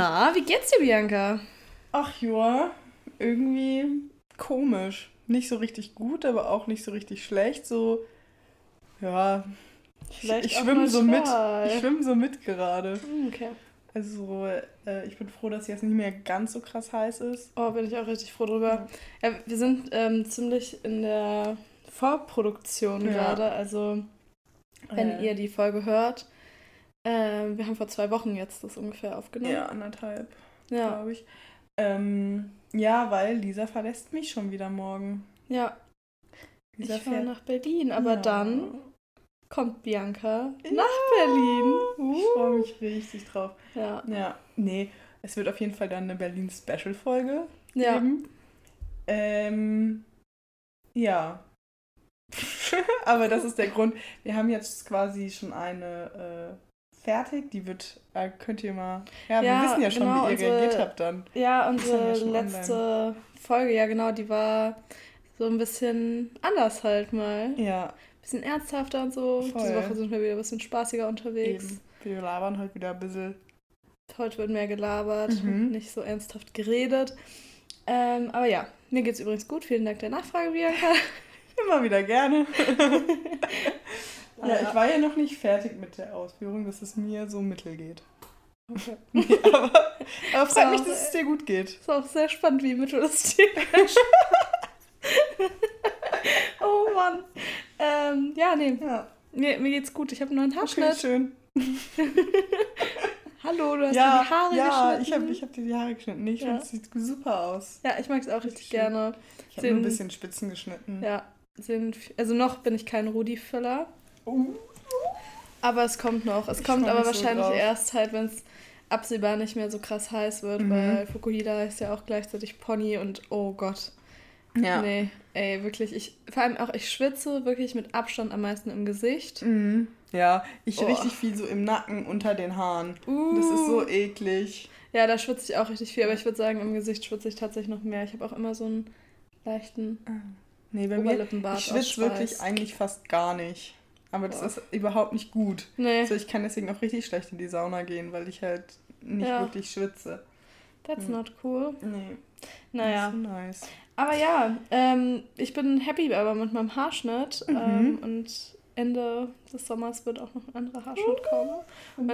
Na, wie geht's dir, Bianca? Ach ja, irgendwie komisch. Nicht so richtig gut, aber auch nicht so richtig schlecht. So, ja, ich Vielleicht auch schwimme so mit. Ich neutral. schwimme so mit gerade. Okay. Also, ich bin froh, dass jetzt nicht mehr ganz so krass heiß ist. Oh, bin ich auch richtig froh drüber. Ja. Ja, wir sind ziemlich in der Vorproduktion Ja. gerade. Also, wenn ihr die Folge hört, wir haben vor 2 Wochen jetzt das ungefähr aufgenommen. Ja, 1,5, Ja, glaube ich. Ja, weil Lisa verlässt mich schon wieder morgen. ja. Lisa Ich fahre nach Berlin, aber Ja. dann kommt Bianca Ja. nach Berlin. Ich freue mich richtig drauf. Ja, Ja, nee, es wird auf jeden Fall dann eine Berlin-Special-Folge ja. geben. Ja. Aber das ist der Grund. Wir haben jetzt quasi schon eine fertig. Die wird, könnt ihr mal. Ja, wir Ja, wissen ja schon, genau, wie ihr unsere- reagiert habt dann. Ja, Ist dann ja unsere schon letzte Folge, ja genau, die war so ein bisschen anders halt mal. Ja, Bisschen ernsthafter und so. Voll. Diese Woche sind wir wieder ein bisschen spaßiger unterwegs. eben. Wir labern heute wieder ein bisschen. Heute wird mehr gelabert, Mhm. nicht so ernsthaft geredet. Aber ja, mir geht's übrigens gut. Vielen Dank der Nachfrage, Bianca. Immer wieder gerne. Ah, Ja, ja. ich war ja noch nicht fertig mit der Ausführung, dass es mir so mittel geht. Okay. Nee, aber frag Ja, mich, dass es dir gut geht. Ist auch sehr spannend, wie mittel das Thema ist. Oh Mann. Ja, nee. Ja, Mir geht's gut. Ich habe einen neuen okay, Haarschnitt. schön. Hallo, du hast dir Ja, die Haare ja, geschnitten. ich hab dir die Haare geschnitten. Nee, ich Ja. finde, es sieht super aus. Ja, ich mag es auch richtig schön. gerne. Ich habe nur ein Sehen- bisschen Spitzen geschnitten. Ja, also noch bin ich kein Rudi-Füller. Aber es kommt noch. Es Ich kommt freu aber mich so wahrscheinlich drauf. erst halt, wenn es absehbar nicht mehr so krass heiß wird, Mhm. weil Fukuhila ist ja auch gleichzeitig Pony und oh Gott. Ja. Nee, ey, wirklich. Vor allem auch, ich schwitze wirklich mit Abstand am meisten im Gesicht. Mhm. Ja, ich Oh. richtig viel so im Nacken unter den Haaren. Das ist so eklig. Ja, da schwitze ich auch richtig viel, aber ich würde sagen, im Gesicht schwitze ich tatsächlich noch mehr. Ich habe auch immer so einen leichten Nee, bei mir, Oberlippenbart ich aus schwitze wirklich Schweiß. eigentlich fast gar nicht. Aber das Boah. ist überhaupt nicht gut. Nee, Also ich kann deswegen auch richtig schlecht in die Sauna gehen, weil ich halt nicht Ja. wirklich schwitze. that's not cool. Nee, Naja. das ist so nice. Aber ja, ich bin happy aber mit meinem Haarschnitt. Mhm. Und Ende des Sommers wird auch noch ein anderer Haarschnitt kommen. Und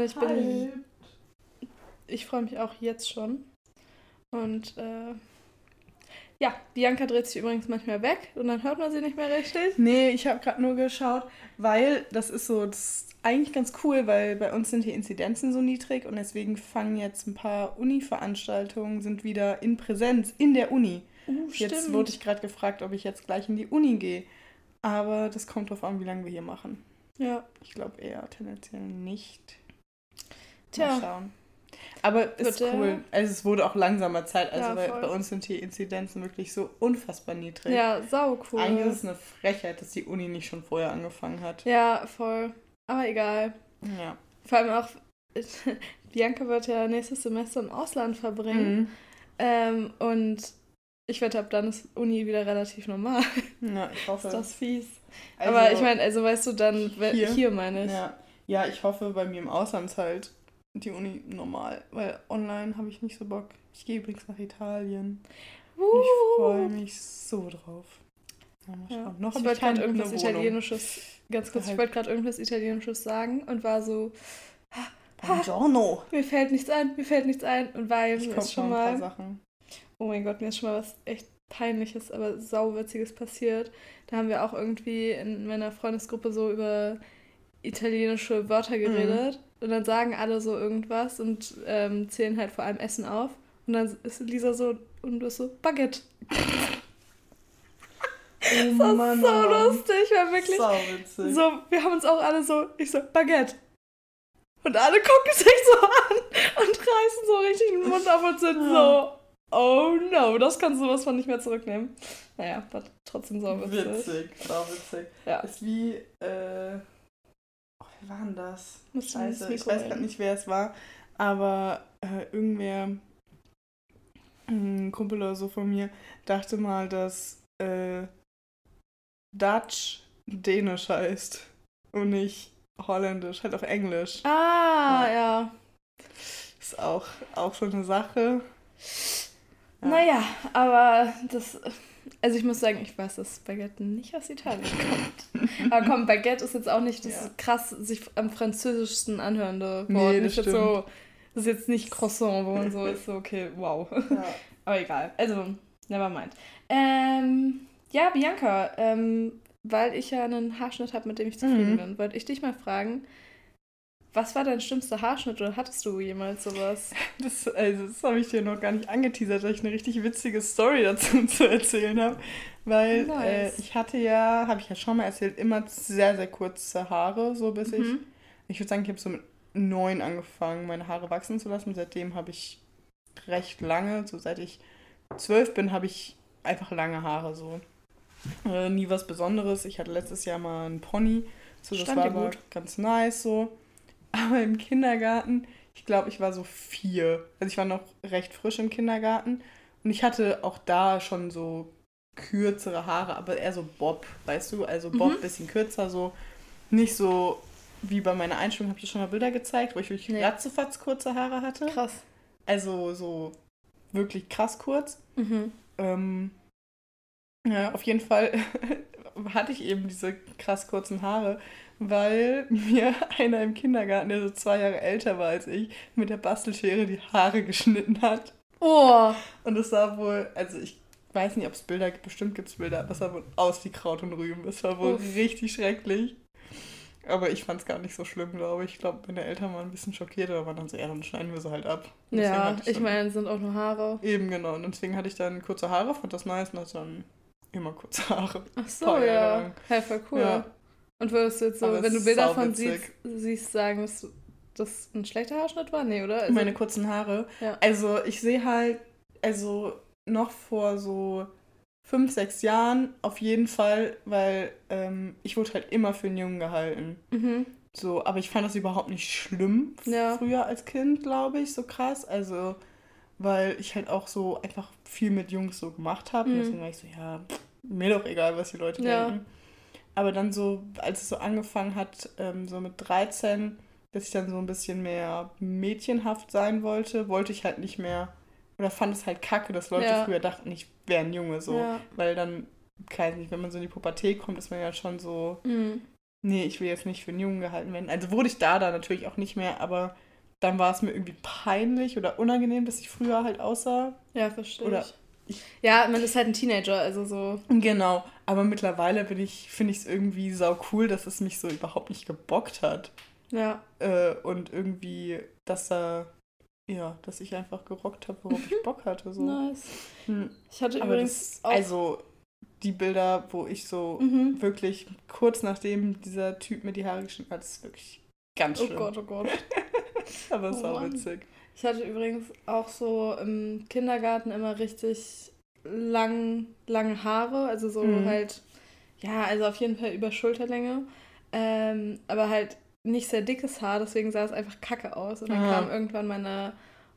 ich freue mich auch jetzt schon. Und ja, Bianca dreht sich übrigens manchmal weg und dann hört man sie nicht mehr richtig. Nee, ich habe gerade nur geschaut, weil das ist eigentlich ganz cool, weil bei uns sind die Inzidenzen so niedrig und deswegen fangen jetzt ein paar Uni-Veranstaltungen sind wieder in Präsenz in der Uni. Jetzt Stimmt. wurde ich gerade gefragt, ob ich jetzt gleich in die Uni gehe. Aber das kommt drauf an, wie lange wir hier machen. Ja, Ich glaube eher tendenziell nicht. Tja. Mal schauen. Aber ist Wird cool. Also es wurde auch langsamer Zeit. Also Ja, weil voll. bei uns sind die Inzidenzen wirklich so unfassbar niedrig. ja, sau cool. Eigentlich ist es eine Frechheit, dass die Uni nicht schon vorher angefangen hat. Ja, voll. Aber egal. Ja. Vor allem auch, Bianca wird ja nächstes Semester im Ausland verbringen. Und ich wette, ab dann ist Uni wieder relativ normal. Ja, ich hoffe. Ist das fies. Also, Aber ich meine, also weißt du, dann, Hier? hier meine ich. ja, ich hoffe, bei mir im Ausland ist halt die Uni normal. Weil online habe ich nicht so Bock. Ich gehe übrigens nach Italien. Und ich freue mich so drauf. Ja, mal Ja. schauen. Noch Ich habe ich wollte gerade keine irgendwas Wohnung. Italienisches, ganz kurz, ich Halt. wollte gerade irgendwas Italienisches sagen und war so, Buongiorno. mir fällt nichts ein. Und weil Ich mir komme ist schon schon ein paar mal, Sachen. oh mein Gott, mir ist schon mal was echt Peinliches, aber sauwitziges passiert. Da haben wir auch irgendwie in meiner Freundesgruppe so über italienische Wörter geredet und dann sagen alle so irgendwas und zählen halt vor allem Essen auf. Und dann ist Lisa so, und du bist so, Baguette. Oh Das ist so lustig, weil wirklich Sau witzig. so, wir haben uns auch alle so, ich so, Baguette. Und alle gucken sich so an und reißen so richtig den Mund auf und sind so, oh no, das kannst du was von nicht mehr zurücknehmen. Naja, war trotzdem so witzig. Witzig, sau witzig. Ja. Ist wie, wer war denn das? Musst du ins Scheiße, ich Mikro weiß reden. gerade nicht, wer es war, aber irgendwer, ein Kumpel oder so von mir, dachte mal, dass Dutch Dänisch heißt und nicht Holländisch, halt auf Englisch. Ah, ja. Ist auch so eine Sache. Ja. Naja, aber also ich muss sagen, ich weiß, dass Baguette nicht aus Italien kommt. Aber komm, Baguette ist jetzt auch nicht das krass sich am französischsten anhörende Wort. Nee, das stimmt. Das ist jetzt nicht Croissant, wo man so ist, so, okay, wow. Ja. Aber egal, also, never mind. Ja, Bianca, weil ich ja einen Haarschnitt habe, mit dem ich zufrieden bin, wollte ich dich mal fragen, was war dein schlimmster Haarschnitt oder hattest du jemals sowas? Das habe ich dir noch gar nicht angeteasert, dass ich eine richtig witzige Story dazu zu erzählen habe. Weil ich hatte ja, habe ich ja schon mal erzählt, immer sehr, sehr kurze Haare, so bis ich würde sagen, ich habe so mit 9 angefangen, meine Haare wachsen zu lassen. Seitdem habe ich recht lange, so seit ich 12 bin, habe ich einfach lange Haare, so. Nie was Besonderes. Ich hatte letztes Jahr mal einen Pony, so das war aber ganz nice, so. Aber im Kindergarten, ich glaube, ich war so 4. Also ich war noch recht frisch im Kindergarten. Und ich hatte auch da schon so kürzere Haare, aber eher so Bob, weißt du? Also Bob, bisschen kürzer, so. Nicht so wie bei meiner Einstellung, habe ich dir schon mal Bilder gezeigt, wo ich wirklich ratzefatz kurze Haare hatte. Krass. Also so wirklich krass kurz. Ja, auf jeden Fall hatte ich eben diese krass kurzen Haare, weil mir einer im Kindergarten, der so 2 Jahre älter war als ich, mit der Bastelschere die Haare geschnitten hat. Oh! Und es sah wohl, also ich weiß nicht, ob es Bilder gibt, bestimmt gibt es Bilder, aber es sah wohl aus wie Kraut und Rüben. Es war wohl richtig schrecklich. Aber ich fand es gar nicht so schlimm, glaube ich. Ich glaube, meine Eltern waren ein bisschen schockiert, aber waren dann so, ja, dann schneiden wir sie halt ab. Und ja, ich meine, es sind auch nur Haare. Eben, genau. Und deswegen hatte ich dann kurze Haare, fand das nice und hatte dann immer kurze Haare. Ach so, ja. Hey, voll cool. Ja. Und würdest du jetzt so, wenn du Bilder davon siehst, sagen, dass das ein schlechter Haarschnitt war? Nee, oder? Also, meine kurzen Haare? Ja. Also ich sehe halt, also noch vor so 5, 6 Jahren auf jeden Fall, weil ich wurde halt immer für einen Jungen gehalten. So, aber ich fand das überhaupt nicht schlimm früher als Kind, glaube ich, so krass. Also, weil ich halt auch so einfach viel mit Jungs so gemacht habe. Und deswegen war ich so, ja, mir doch egal, was die Leute denken. Aber dann so, als es so angefangen hat, so mit 13, dass ich dann so ein bisschen mehr mädchenhaft sein wollte ich halt nicht mehr, oder fand es halt kacke, dass Leute früher dachten, ich wäre ein Junge, so. Ja. Weil dann, weiß nicht, wenn man so in die Pubertät kommt, ist man ja schon so, nee, ich will jetzt nicht für einen Jungen gehalten werden. Also wurde ich da natürlich auch nicht mehr, aber dann war es mir irgendwie peinlich oder unangenehm, dass ich früher halt aussah. Ja, verstehe ich. Ja, man ist halt ein Teenager, also so. Genau, aber mittlerweile finde ich es irgendwie sau cool, dass es mich so überhaupt nicht gebockt hat. Ja. Und irgendwie, dass ich einfach gerockt habe, worauf ich Bock hatte. So. Nice. Ich hatte übrigens auch... Also, die Bilder, wo ich so wirklich kurz nachdem dieser Typ mir die Haare geschnitten hat, ist wirklich ganz schlimm. Oh Gott. Aber es war witzig. Ich hatte übrigens auch so im Kindergarten immer richtig lange Haare, also so halt, ja, also auf jeden Fall über Schulterlänge, aber halt nicht sehr dickes Haar, deswegen sah es einfach kacke aus. Und dann kam irgendwann meine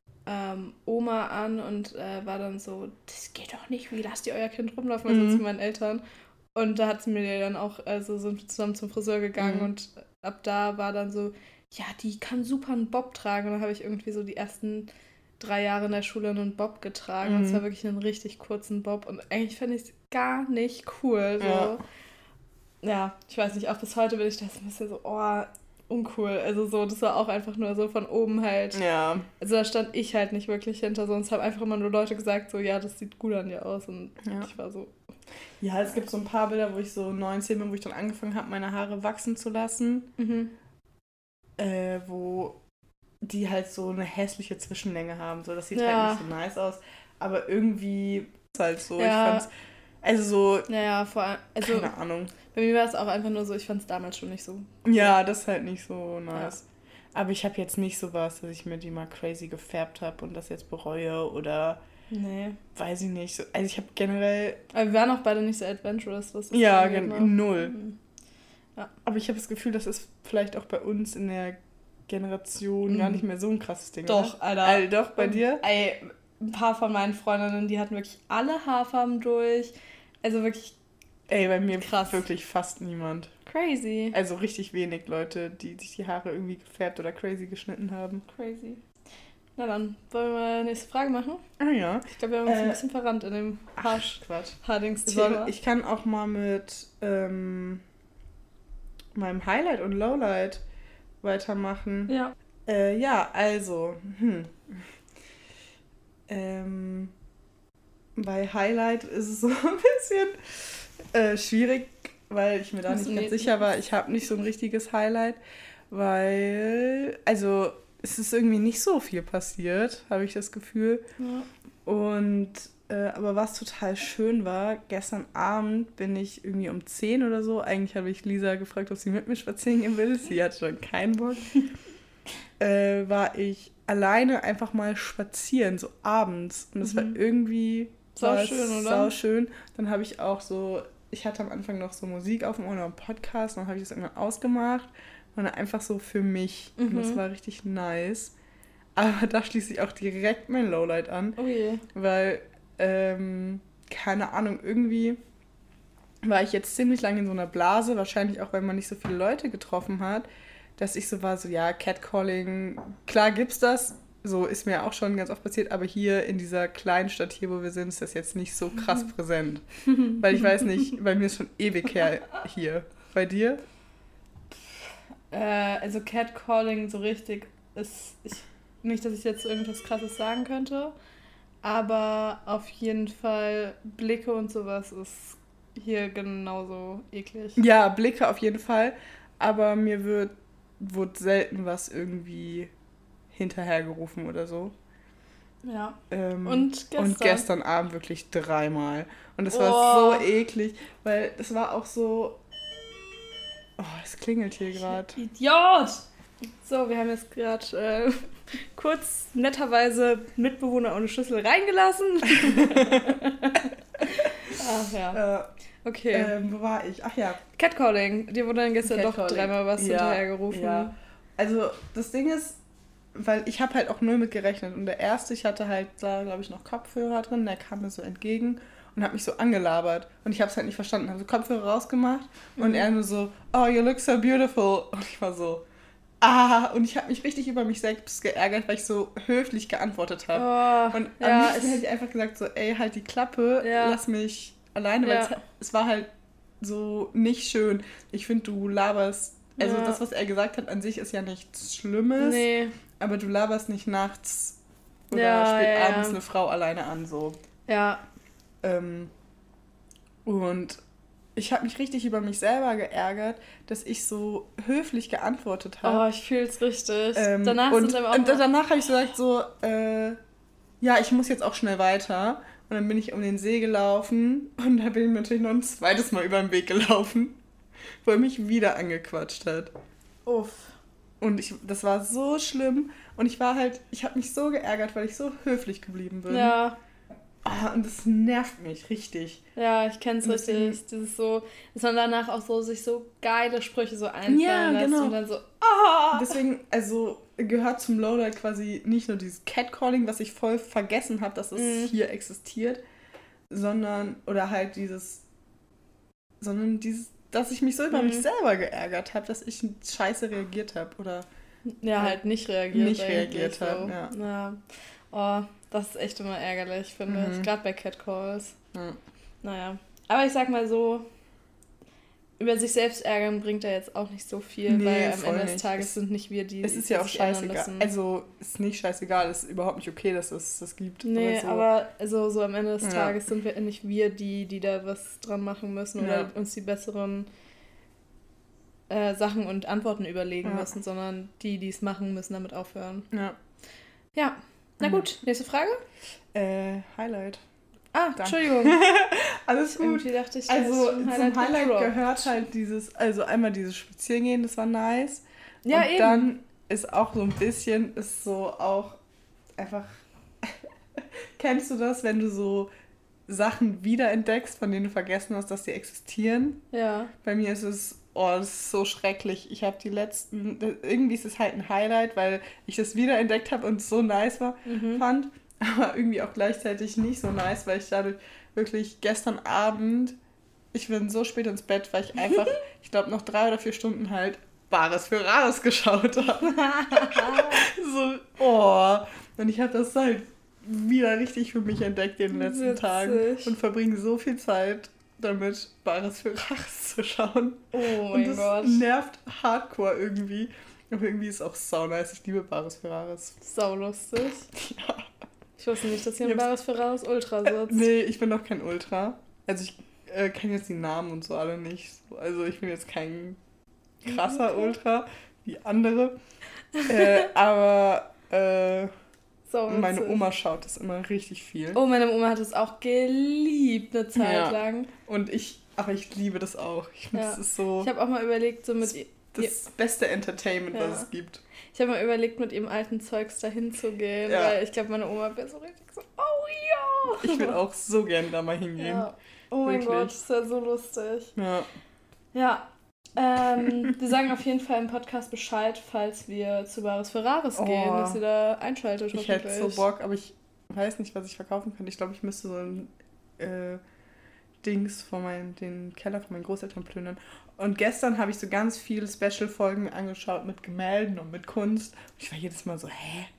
Oma an und war dann so, das geht doch nicht, wie lasst ihr euer Kind rumlaufen, also zu meinen Eltern. Und da hat sie mir dann auch, also sind wir zusammen zum Friseur gegangen und ab da war dann so, ja, die kann super einen Bob tragen. Und dann habe ich irgendwie so die ersten 3 Jahre in der Schule einen Bob getragen. Und zwar wirklich einen richtig kurzen Bob. Und eigentlich fand ich es gar nicht cool. So. Ja, ich weiß nicht, auch bis heute bin ich das ein bisschen so, uncool. Also so, das war auch einfach nur so von oben halt. Ja. Also da stand ich halt nicht wirklich hinter. Sonst haben einfach immer nur Leute gesagt, so, ja, das sieht gut an dir aus. Und ich war so... Ja, es gibt so ein paar Bilder, wo ich so 19 bin, wo ich dann angefangen habe, meine Haare wachsen zu lassen. Wo die halt so eine hässliche Zwischenlänge haben. So, das sieht halt nicht so nice aus. Aber irgendwie ist halt so. Ich fand's, also so, vor allem, also keine Ahnung. Bei mir war es auch einfach nur so, ich fand es damals schon nicht so cool. Ja, das ist halt nicht so nice. Ja. Aber ich habe jetzt nicht sowas, dass ich mir die mal crazy gefärbt habe und das jetzt bereue oder... Nee. Weiß ich nicht. Also ich habe generell... Aber wir waren auch beide nicht so adventurous. Was ja, null. Ja. Aber ich habe das Gefühl, das ist vielleicht auch bei uns in der Generation gar nicht mehr so ein krasses Ding. Doch, oder? Alter. Doch, bei dir? Ey, ein paar von meinen Freundinnen, die hatten wirklich alle Haarfarben durch. Also wirklich bei mir krass. Wirklich fast niemand. Crazy. Also richtig wenig Leute, die sich die Haare irgendwie gefärbt oder crazy geschnitten haben. Crazy. Na dann, wollen wir nächste Frage machen? Ah ja. Ich glaube, wir haben uns ein bisschen verrannt in dem Hardings-Thema. Ich kann auch mal mit meinem Highlight und Lowlight weitermachen. Ja. Ja, also. Bei Highlight ist es so ein bisschen schwierig, weil ich mir da nicht ganz sicher war. Ich habe nicht so ein richtiges Highlight, weil, also es ist irgendwie nicht so viel passiert, habe ich das Gefühl. Ja. Und, aber was total schön war, gestern Abend bin ich irgendwie um 10 oder so, eigentlich habe ich Lisa gefragt, ob sie mit mir spazieren gehen will. Sie hat schon keinen Bock. War ich alleine einfach mal spazieren, so abends. Und das war irgendwie sauschön, oder? Sauschön. Dann habe ich auch so, ich hatte am Anfang noch so Musik auf dem Ohr, einen Podcast, dann habe ich das irgendwann ausgemacht. Und dann einfach so für mich. Und das war richtig nice. Aber da schließe ich auch direkt mein Lowlight an. Oh je. Weil, keine Ahnung, irgendwie war ich jetzt ziemlich lange in so einer Blase, wahrscheinlich auch, weil man nicht so viele Leute getroffen hat, dass ich so war, so ja, Catcalling, klar gibt's das, so ist mir auch schon ganz oft passiert, aber hier in dieser kleinen Stadt hier, wo wir sind, ist das jetzt nicht so krass präsent. Weil ich weiß nicht, bei mir ist schon ewig her hier. Bei dir? Also Catcalling so richtig ist, nicht, dass ich jetzt irgendwas Krasses sagen könnte, aber auf jeden Fall Blicke und sowas ist hier genauso eklig. Ja, Blicke auf jeden Fall, aber mir wurde selten was irgendwie hinterhergerufen oder so. Ja. Und gestern Abend wirklich 3-mal. Und das war so eklig, weil es war auch so... Oh, es klingelt hier gerade. Idiot! So, wir haben jetzt gerade kurz netterweise Mitbewohner ohne Schlüssel reingelassen. Ach ja. Okay. Wo war ich? Ach ja. Catcalling. Dir wurde dann gestern doch 3-mal was hinterhergerufen. Ja. Also das Ding ist, weil ich habe halt auch null mit gerechnet. Und der erste, ich hatte halt da, glaube ich, noch Kopfhörer drin. Der kam mir so entgegen und hat mich so angelabert. Und ich habe es halt nicht verstanden. Habe so Kopfhörer rausgemacht und er nur so, oh, you look so beautiful. Und ich war so, und ich habe mich richtig über mich selbst geärgert, weil ich so höflich geantwortet habe. Und am liebsten hätte ich einfach gesagt so, ey, halt die Klappe, lass mich alleine, weil es war halt so nicht schön. Ich finde, du laberst, also das, was er gesagt hat, an sich ist ja nichts Schlimmes, aber du laberst nicht nachts oder spät abends eine Frau alleine an, so. Ja. Und ich habe mich richtig über mich selber geärgert, dass ich so höflich geantwortet habe. Oh, ich fühl's richtig. Danach habe ich gesagt so, ja, ich muss jetzt auch schnell weiter. Und dann bin ich um den See gelaufen und da bin ich natürlich noch ein zweites Mal über den Weg gelaufen, wo er mich wieder angequatscht hat. Uff. Und das war so schlimm und ich habe mich so geärgert, weil ich so höflich geblieben bin. Ja. Und das nervt mich richtig. Ja, ich kenn's richtig. Dieses so, dass man danach auch so sich so geile Sprüche so einfallen lässt und dann so, Deswegen, also gehört zum Lowlight quasi nicht nur dieses Catcalling, was ich voll vergessen habe, dass es hier existiert, sondern dass ich mich so über mich selber geärgert habe, dass ich scheiße reagiert habe oder halt nicht reagiert habe. So. Ja. Oh, das ist echt immer ärgerlich, finde ich. Gerade bei Catcalls. Ja. Naja. Aber ich sag mal so, über sich selbst ärgern bringt da jetzt auch nicht so viel, weil am Ende des Tages sind nicht wir, die es ist ja auch scheißegal. Also, es ist nicht scheißegal, es ist überhaupt nicht okay, dass es das gibt. Nee, aber so am Ende des Tages sind wir nicht wir, die da was dran machen müssen oder uns die besseren Sachen und Antworten überlegen müssen, sondern die es machen, müssen damit aufhören. Ja. Na gut, nächste Frage? Highlight. Entschuldigung. Alles gut. Irgendwie dachte ich, also zum Highlight gehört halt einmal dieses Spazierengehen, das war nice. Ja, und eben. Dann ist auch so ein bisschen, ist so auch einfach, kennst du das, wenn du so Sachen wiederentdeckst, von denen du vergessen hast, dass sie existieren? Ja. Bei mir ist es, das ist so schrecklich. Ich habe irgendwie ist es halt ein Highlight, weil ich das wiederentdeckt habe und es so nice fand. Aber irgendwie auch gleichzeitig nicht so nice, weil ich dadurch wirklich gestern Abend, ich bin so spät ins Bett, weil ich einfach, ich glaube, noch 3 oder 4 Stunden halt Bares für Rares geschaut habe. Und ich habe das halt wieder richtig für mich entdeckt in den letzten Tagen und verbringe so viel Zeit damit, Bares für Rares zu schauen. Oh mein Gott. Und das nervt hardcore irgendwie. Aber irgendwie ist es auch sau nice. Ich liebe Bares für Rares. Sau lustig. Ja. Ich wusste nicht, dass hier ein Bares für Rares Ultra sitzt. Nee, ich bin noch kein Ultra. Also ich kenne jetzt die Namen und so alle nicht. Also ich bin jetzt kein krasser Ultra wie andere. Aber meine Oma schaut das immer richtig viel. Oh, meine Oma hat es auch geliebt eine Zeit lang. Aber ich liebe das auch. Ich finde, das ist so... Ich habe auch mal überlegt, so mit... Das beste Entertainment, was es gibt. Ich habe mal überlegt, mit ihrem alten Zeugs dahin zu gehen, weil ich glaube, meine Oma wäre so richtig so, oh ja. Ich würde auch so gerne da mal hingehen. Ja. Oh mein Gott, das wäre so lustig. Ja. Ja. Wir sagen auf jeden Fall im Podcast Bescheid, falls wir zu Bares für Rares gehen, dass ihr da einschaltet. Ich hätte so Bock, aber ich weiß nicht, was ich verkaufen könnte. Ich glaube, ich müsste so ein Dings den Keller von meinen Großeltern plündern. Und gestern habe ich so ganz viele Special-Folgen angeschaut mit Gemälden und mit Kunst. Und ich war jedes Mal so,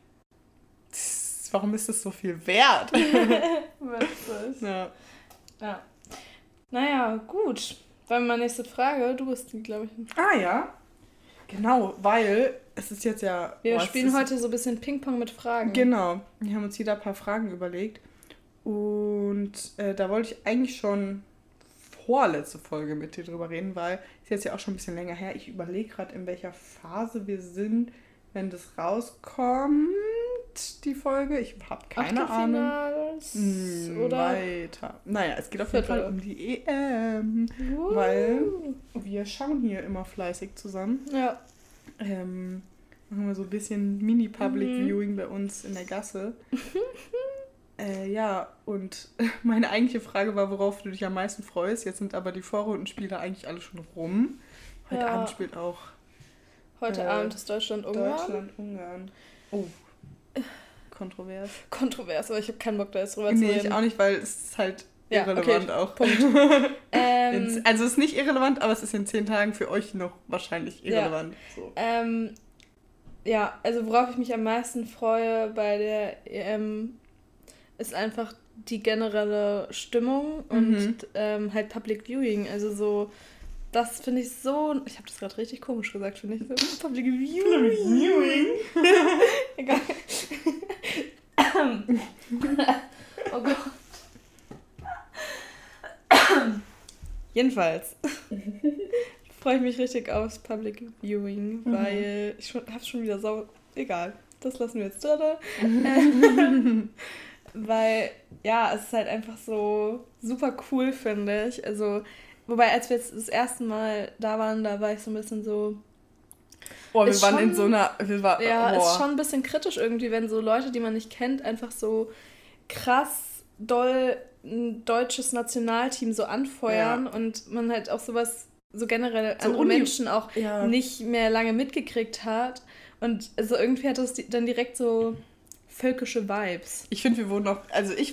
warum ist das so viel wert? Witzig. Ja. Naja, gut. Dann meine nächste Frage. Du bist die, glaube ich. Ah ja. Genau, weil es ist jetzt ja... Wir spielen heute so ein bisschen Ping-Pong mit Fragen. Genau. Wir haben uns jeder ein paar Fragen überlegt. Und da wollte ich eigentlich schon vorletzte Folge mit dir drüber reden, weil ist jetzt ja auch schon ein bisschen länger her. Ich überlege gerade, in welcher Phase wir sind, wenn das rauskommt, die Folge. Ich habe keine Ahnung. Oder? Weiter. Naja, es geht auf jeden Fall um die EM, weil wir schauen hier immer fleißig zusammen. Ja. Machen wir so ein bisschen Mini-Public-Viewing bei uns in der Gasse. Ja, und meine eigentliche Frage war, worauf du dich am meisten freust. Jetzt sind aber die Vorrundenspiele eigentlich alle schon rum. Heute Abend spielt auch... Heute Abend ist Deutschland-Ungarn. Deutschland-Ungarn. Oh, kontrovers. Kontrovers, aber ich habe keinen Bock, da jetzt drüber zu reden. Nee, ich auch nicht, weil es ist halt irrelevant auch. Punkt. Also es ist nicht irrelevant, aber es ist in 10 Tagen für euch noch wahrscheinlich irrelevant. Ja, so. Also worauf ich mich am meisten freue bei der EM ist einfach die generelle Stimmung und halt Public Viewing. Also so, das finde ich so... Ich habe das gerade richtig komisch gesagt, finde ich. So, Public Viewing. Egal. Oh Gott. Jedenfalls freue ich mich richtig aufs Public Viewing, weil ich habe schon wieder Egal, das lassen wir jetzt drin. Weil, ja, es ist halt einfach so super cool, finde ich. Also, wobei, als wir jetzt das erste Mal da waren, da war ich so ein bisschen so... Oh, wir waren in so einer... ist schon ein bisschen kritisch irgendwie, wenn so Leute, die man nicht kennt, einfach so krass doll ein deutsches Nationalteam so anfeuern und man halt auch sowas, so generell so andere Menschen auch nicht mehr lange mitgekriegt hat. Und also irgendwie hat das dann direkt so völkische Vibes. Ich finde, wir wurden auch... Also ich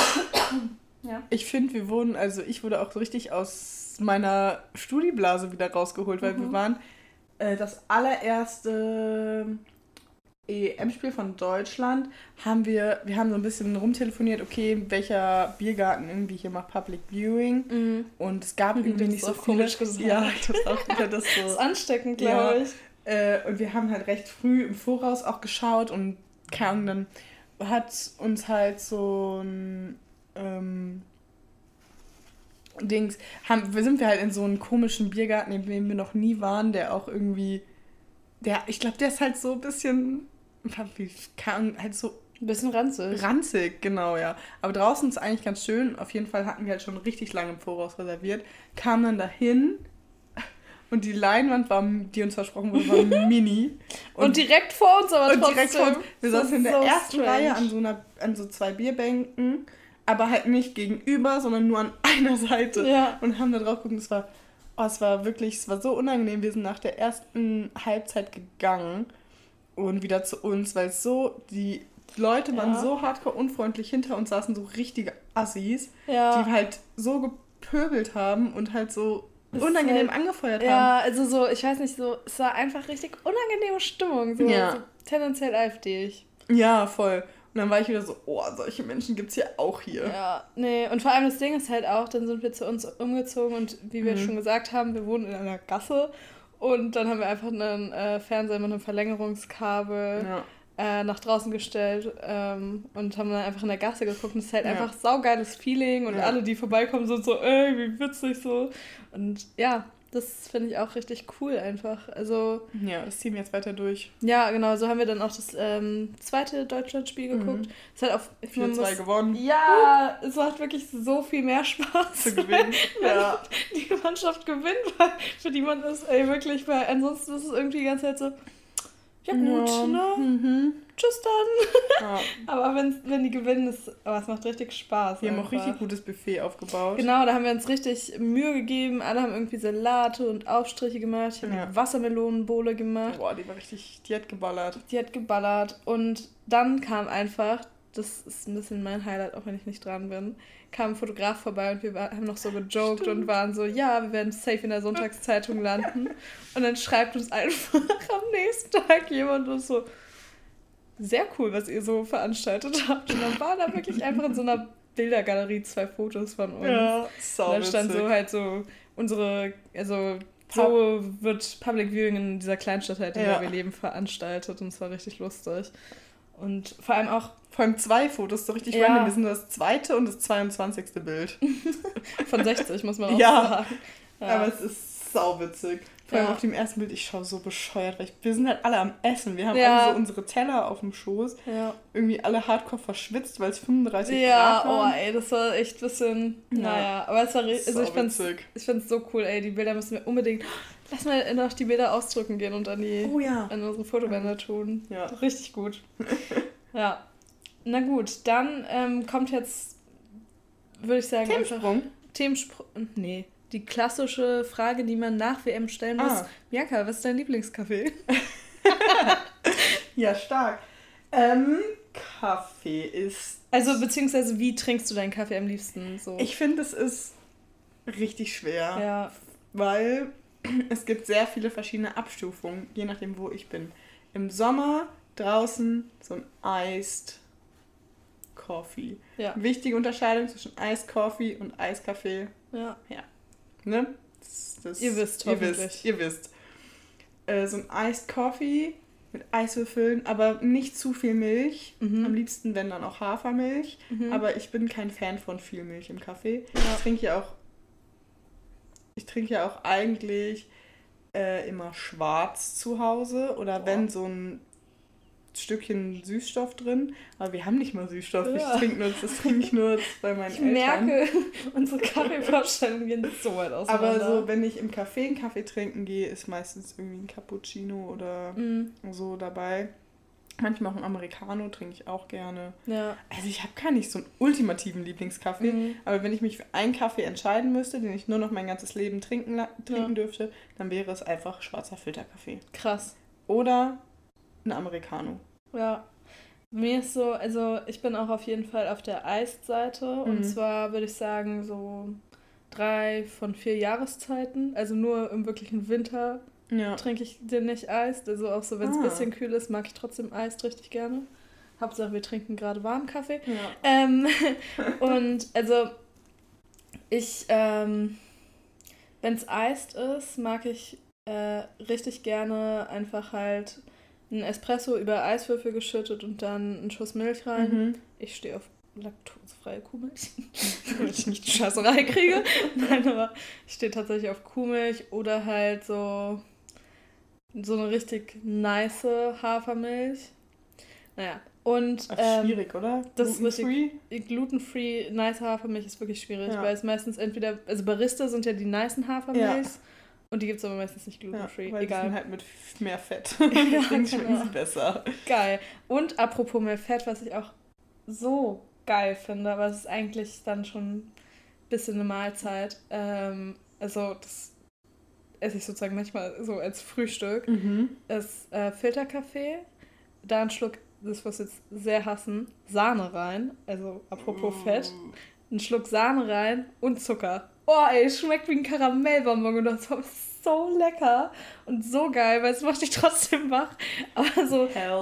wurde auch so richtig aus meiner Studieblase wieder rausgeholt, weil wir waren das allererste EM-Spiel von Deutschland, haben wir haben so ein bisschen rumtelefoniert, okay, welcher Biergarten irgendwie hier macht Public Viewing und es gab irgendwie nicht so viele. Ja, das ist ansteckend, glaube ich. Und wir haben halt recht früh im Voraus auch geschaut und dann hat uns halt so ein sind wir halt in so einen komischen Biergarten, in dem wir noch nie waren, der auch irgendwie, ich glaube, der ist halt so ein bisschen, halt so... Ein bisschen ranzig. Ranzig, genau, ja. Aber draußen ist eigentlich ganz schön. Auf jeden Fall hatten wir halt schon richtig lange im Voraus reserviert. Kamen dann dahin und die Leinwand, die uns versprochen wurde, war mini. Und direkt vor uns, aber trotzdem. Direkt vor uns. Wir saßen in der ersten Reihe an so 2 Bierbänken, aber halt nicht gegenüber, sondern nur an einer Seite. Ja. Und haben da drauf geguckt. Es war so unangenehm. Wir sind nach der ersten Halbzeit gegangen und wieder zu uns, weil die Leute waren so hardcore unfreundlich, hinter uns saßen so richtige Assis, die halt so gepöbelt haben und halt so unangenehm angefeuert haben. Ja, also so, ich weiß nicht, so, es war einfach richtig unangenehme Stimmung, so tendenziell AfD-ig. Ja, voll. Und dann war ich wieder so, oh, solche Menschen gibt's ja auch hier. Ja, nee. Und vor allem das Ding ist halt auch, dann sind wir zu uns umgezogen und wie wir schon gesagt haben, wir wohnen in einer Gasse und dann haben wir einfach einen Fernseher mit einem Verlängerungskabel nach draußen gestellt und haben dann einfach in der Gasse geguckt und es ist halt einfach saugeiles Feeling und alle, die vorbeikommen, sind so, ey, wie witzig so. Und ja, das finde ich auch richtig cool einfach. Also ja, das ziehen wir jetzt weiter durch. ja, genau, so haben wir dann auch das zweite Deutschlandspiel geguckt. Es hat auf 4-2 gewonnen. Ja, es macht wirklich so viel mehr Spaß zu gewinnen. wenn die Mannschaft gewinnt, weil für die man ist, ey, wirklich, weil ansonsten ist es irgendwie die ganze Zeit so, ja gut, ne? Tschüss dann. Ja. Aber wenn die gewinnen, es macht richtig Spaß. Wir haben auch richtig gutes Buffet aufgebaut. Genau, da haben wir uns richtig Mühe gegeben. Alle haben irgendwie Salate und Aufstriche gemacht. Ich habe eine Wassermelonenbowle gemacht. Boah, die hat geballert. Die hat geballert. Und dann kam einfach, das ist ein bisschen mein Highlight, auch wenn ich nicht dran bin, kam ein Fotograf vorbei und wir haben noch so gejoked und waren so, ja, wir werden safe in der Sonntagszeitung landen. Und dann schreibt uns einfach am nächsten Tag jemand und so, sehr cool, was ihr so veranstaltet habt. Und dann war da wirklich einfach in so einer Bildergalerie 2 Fotos von uns. Ja, sau und da stand so halt so unsere, also so wird Public Viewing in dieser Kleinstadt halt, in der wir leben, veranstaltet. Und es war richtig lustig. Und vor allem auch... Vor allem 2 Fotos, so richtig random. Wir sind das 2. und das 22. Bild. Von 60, muss man auch sagen. Ja, aber es ist sauwitzig. Vor allem auf dem ersten Bild, ich schaue so bescheuert, weil wir sind halt alle am Essen. Wir haben alle so unsere Teller auf dem Schoß. Ja. Irgendwie alle hardcore verschwitzt, weil es 35 Grad waren. Ja, oh ey, das war echt ein bisschen... Naja, aber es war richtig... Also ich find's so cool, ey, die Bilder müssen wir unbedingt... Lass mal noch die Bilder ausdrücken gehen und an unsere Fotobänder tun. Ja. Richtig gut. Ja. Na gut, dann kommt jetzt, würde ich sagen, Themensprung. Nee, die klassische Frage, die man nach WM stellen muss. Bianca, was ist dein Lieblingskaffee? Ja, stark. Kaffee ist... Also, beziehungsweise, wie trinkst du deinen Kaffee am liebsten? So? Ich finde, es ist richtig schwer, weil es gibt sehr viele verschiedene Abstufungen, je nachdem, wo ich bin. Im Sommer draußen so ein Iced Coffee. Ja. Wichtige Unterscheidung zwischen Iced Coffee und Eiskaffee. Ja. Ne? Ihr wisst hoffentlich. Ihr wisst. So ein Iced Coffee mit Eiswürfeln, aber nicht zu viel Milch. Am liebsten, wenn dann auch Hafermilch. Aber ich bin kein Fan von viel Milch im Kaffee. Ja. Ich trinke ja auch eigentlich immer schwarz zu Hause oder wenn so ein Stückchen Süßstoff drin, aber wir haben nicht mal Süßstoff. Ja. Das trinke ich nur bei meinen Eltern. Ich merke, unsere Kaffeevorstellungen gehen so weit auseinander. Aber so, wenn ich im Café einen Kaffee trinken gehe, ist meistens irgendwie ein Cappuccino oder so dabei. Manchmal auch ein Americano trinke ich auch gerne. Ja. Also ich habe gar nicht so einen ultimativen Lieblingskaffee, aber wenn ich mich für einen Kaffee entscheiden müsste, den ich nur noch mein ganzes Leben trinken dürfte, dann wäre es einfach schwarzer Filterkaffee. Krass. Oder ein Americano. Ja. Mir ist so, also ich bin auch auf jeden Fall auf der Iced-Seite und zwar würde ich sagen so 3 von 4 Jahreszeiten, also nur im wirklichen Winter trinke ich den nicht Iced, also auch so, wenn es ein bisschen kühl ist, mag ich trotzdem Iced richtig gerne. Hauptsache wir trinken gerade warmen Kaffee. Ja. Und also ich, wenn es Iced ist, mag ich richtig gerne einfach halt ein Espresso über Eiswürfel geschüttet und dann einen Schuss Milch rein. Ich stehe auf laktosefreie Kuhmilch, damit ich nicht die Scheißerei kriege. Nein, aber ich stehe tatsächlich auf Kuhmilch oder halt so eine richtig nice Hafermilch. Naja, und schwierig, oder? Das gluten-free? Gluten-free, nice Hafermilch ist wirklich schwierig, weil es meistens entweder, also Barista sind ja die nicen Hafermilchs, und die gibt es aber meistens nicht gluten-free. Ja, weil egal. Die sind halt mit mehr Fett. Deswegen schmecken sie besser. Geil. Und apropos mehr Fett, was ich auch so geil finde, aber es ist eigentlich dann schon ein bisschen eine Mahlzeit. Also das esse ich sozusagen manchmal so als Frühstück. Ist Filterkaffee, da ein Schluck, das wirst du jetzt sehr hassen, Sahne rein, also apropos Fett, einen Schluck Sahne rein und Zucker. Oh ey, es schmeckt wie ein Karamellbonbon und das ist so lecker und so geil, weil es macht dich trotzdem wach. Aber so... Help.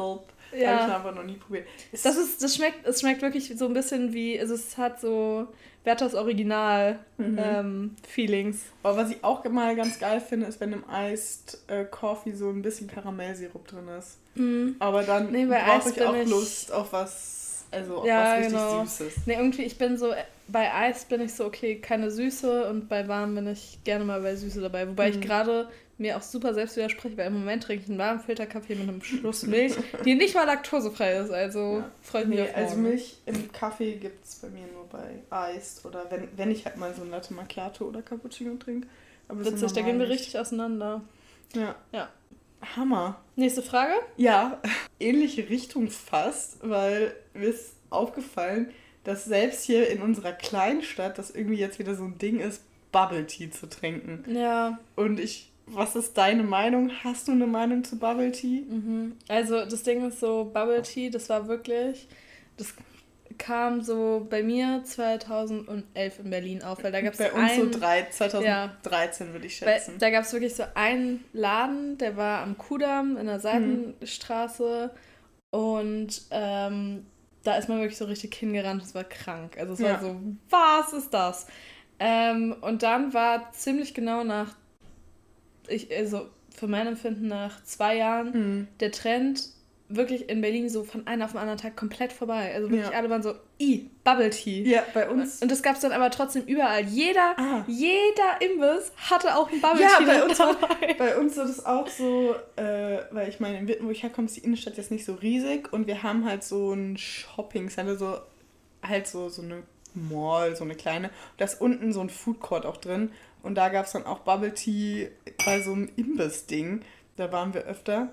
Ja. Habe ich einfach noch nie probiert. Es schmeckt wirklich so ein bisschen wie, also es hat so Werthers Original Feelings. Aber was ich auch mal ganz geil finde, ist, wenn im Iced Coffee so ein bisschen Karamellsirup drin ist. Aber dann brauche ich auch Lust auf was, also auf was richtig Süßes. Nee, irgendwie, ich bin so, bei Eis bin ich so, okay, keine Süße und bei warm bin ich gerne mal bei Süße dabei. Wobei ich gerade mir auch super selbst widerspreche, weil im Moment trinke ich einen warmen Filterkaffee mit einem Schluss Milch, die nicht mal laktosefrei ist, also freut mich auf morgen. Also Milch im Kaffee gibt es bei mir nur bei Iced oder wenn ich halt mal so ein Latte Macchiato oder Cappuccino trinke. Witzig, da gehen wir richtig auseinander. Ja. Hammer. Nächste Frage? Ja, ähnliche Richtung fast, weil mir ist aufgefallen, dass selbst hier in unserer Kleinstadt das irgendwie jetzt wieder so ein Ding ist, Bubble Tea zu trinken. Ja. Und was ist deine Meinung? Hast du eine Meinung zu Bubble Tea? Also das Ding ist so, Bubble Tea, das kam so bei mir 2011 in Berlin auf, weil da gab es bei uns so 2013 würde ich schätzen. Da gab es wirklich so einen Laden, der war am Kudamm in der Seitenstraße und da ist man wirklich so richtig hingerannt, das war krank. Also es war so, was ist das? Und dann war ziemlich genau also für mein Empfinden nach 2 Jahren der Trend wirklich in Berlin so von einem auf den anderen Tag komplett vorbei. Also wirklich alle waren so, Bubble Tea. Ja, bei uns. Und das gab es dann aber trotzdem überall. Jeder Imbiss hatte auch ein Bubble Tea. Ja, bei uns ist das auch so, weil ich meine, in Witten, wo ich herkomme, ist die Innenstadt jetzt nicht so riesig und wir haben halt so ein Shopping-Center, so eine Mall, so eine kleine. Da ist unten so ein Food Court auch drin und da gab es dann auch Bubble Tea bei so einem Imbiss-Ding. Da waren wir öfter.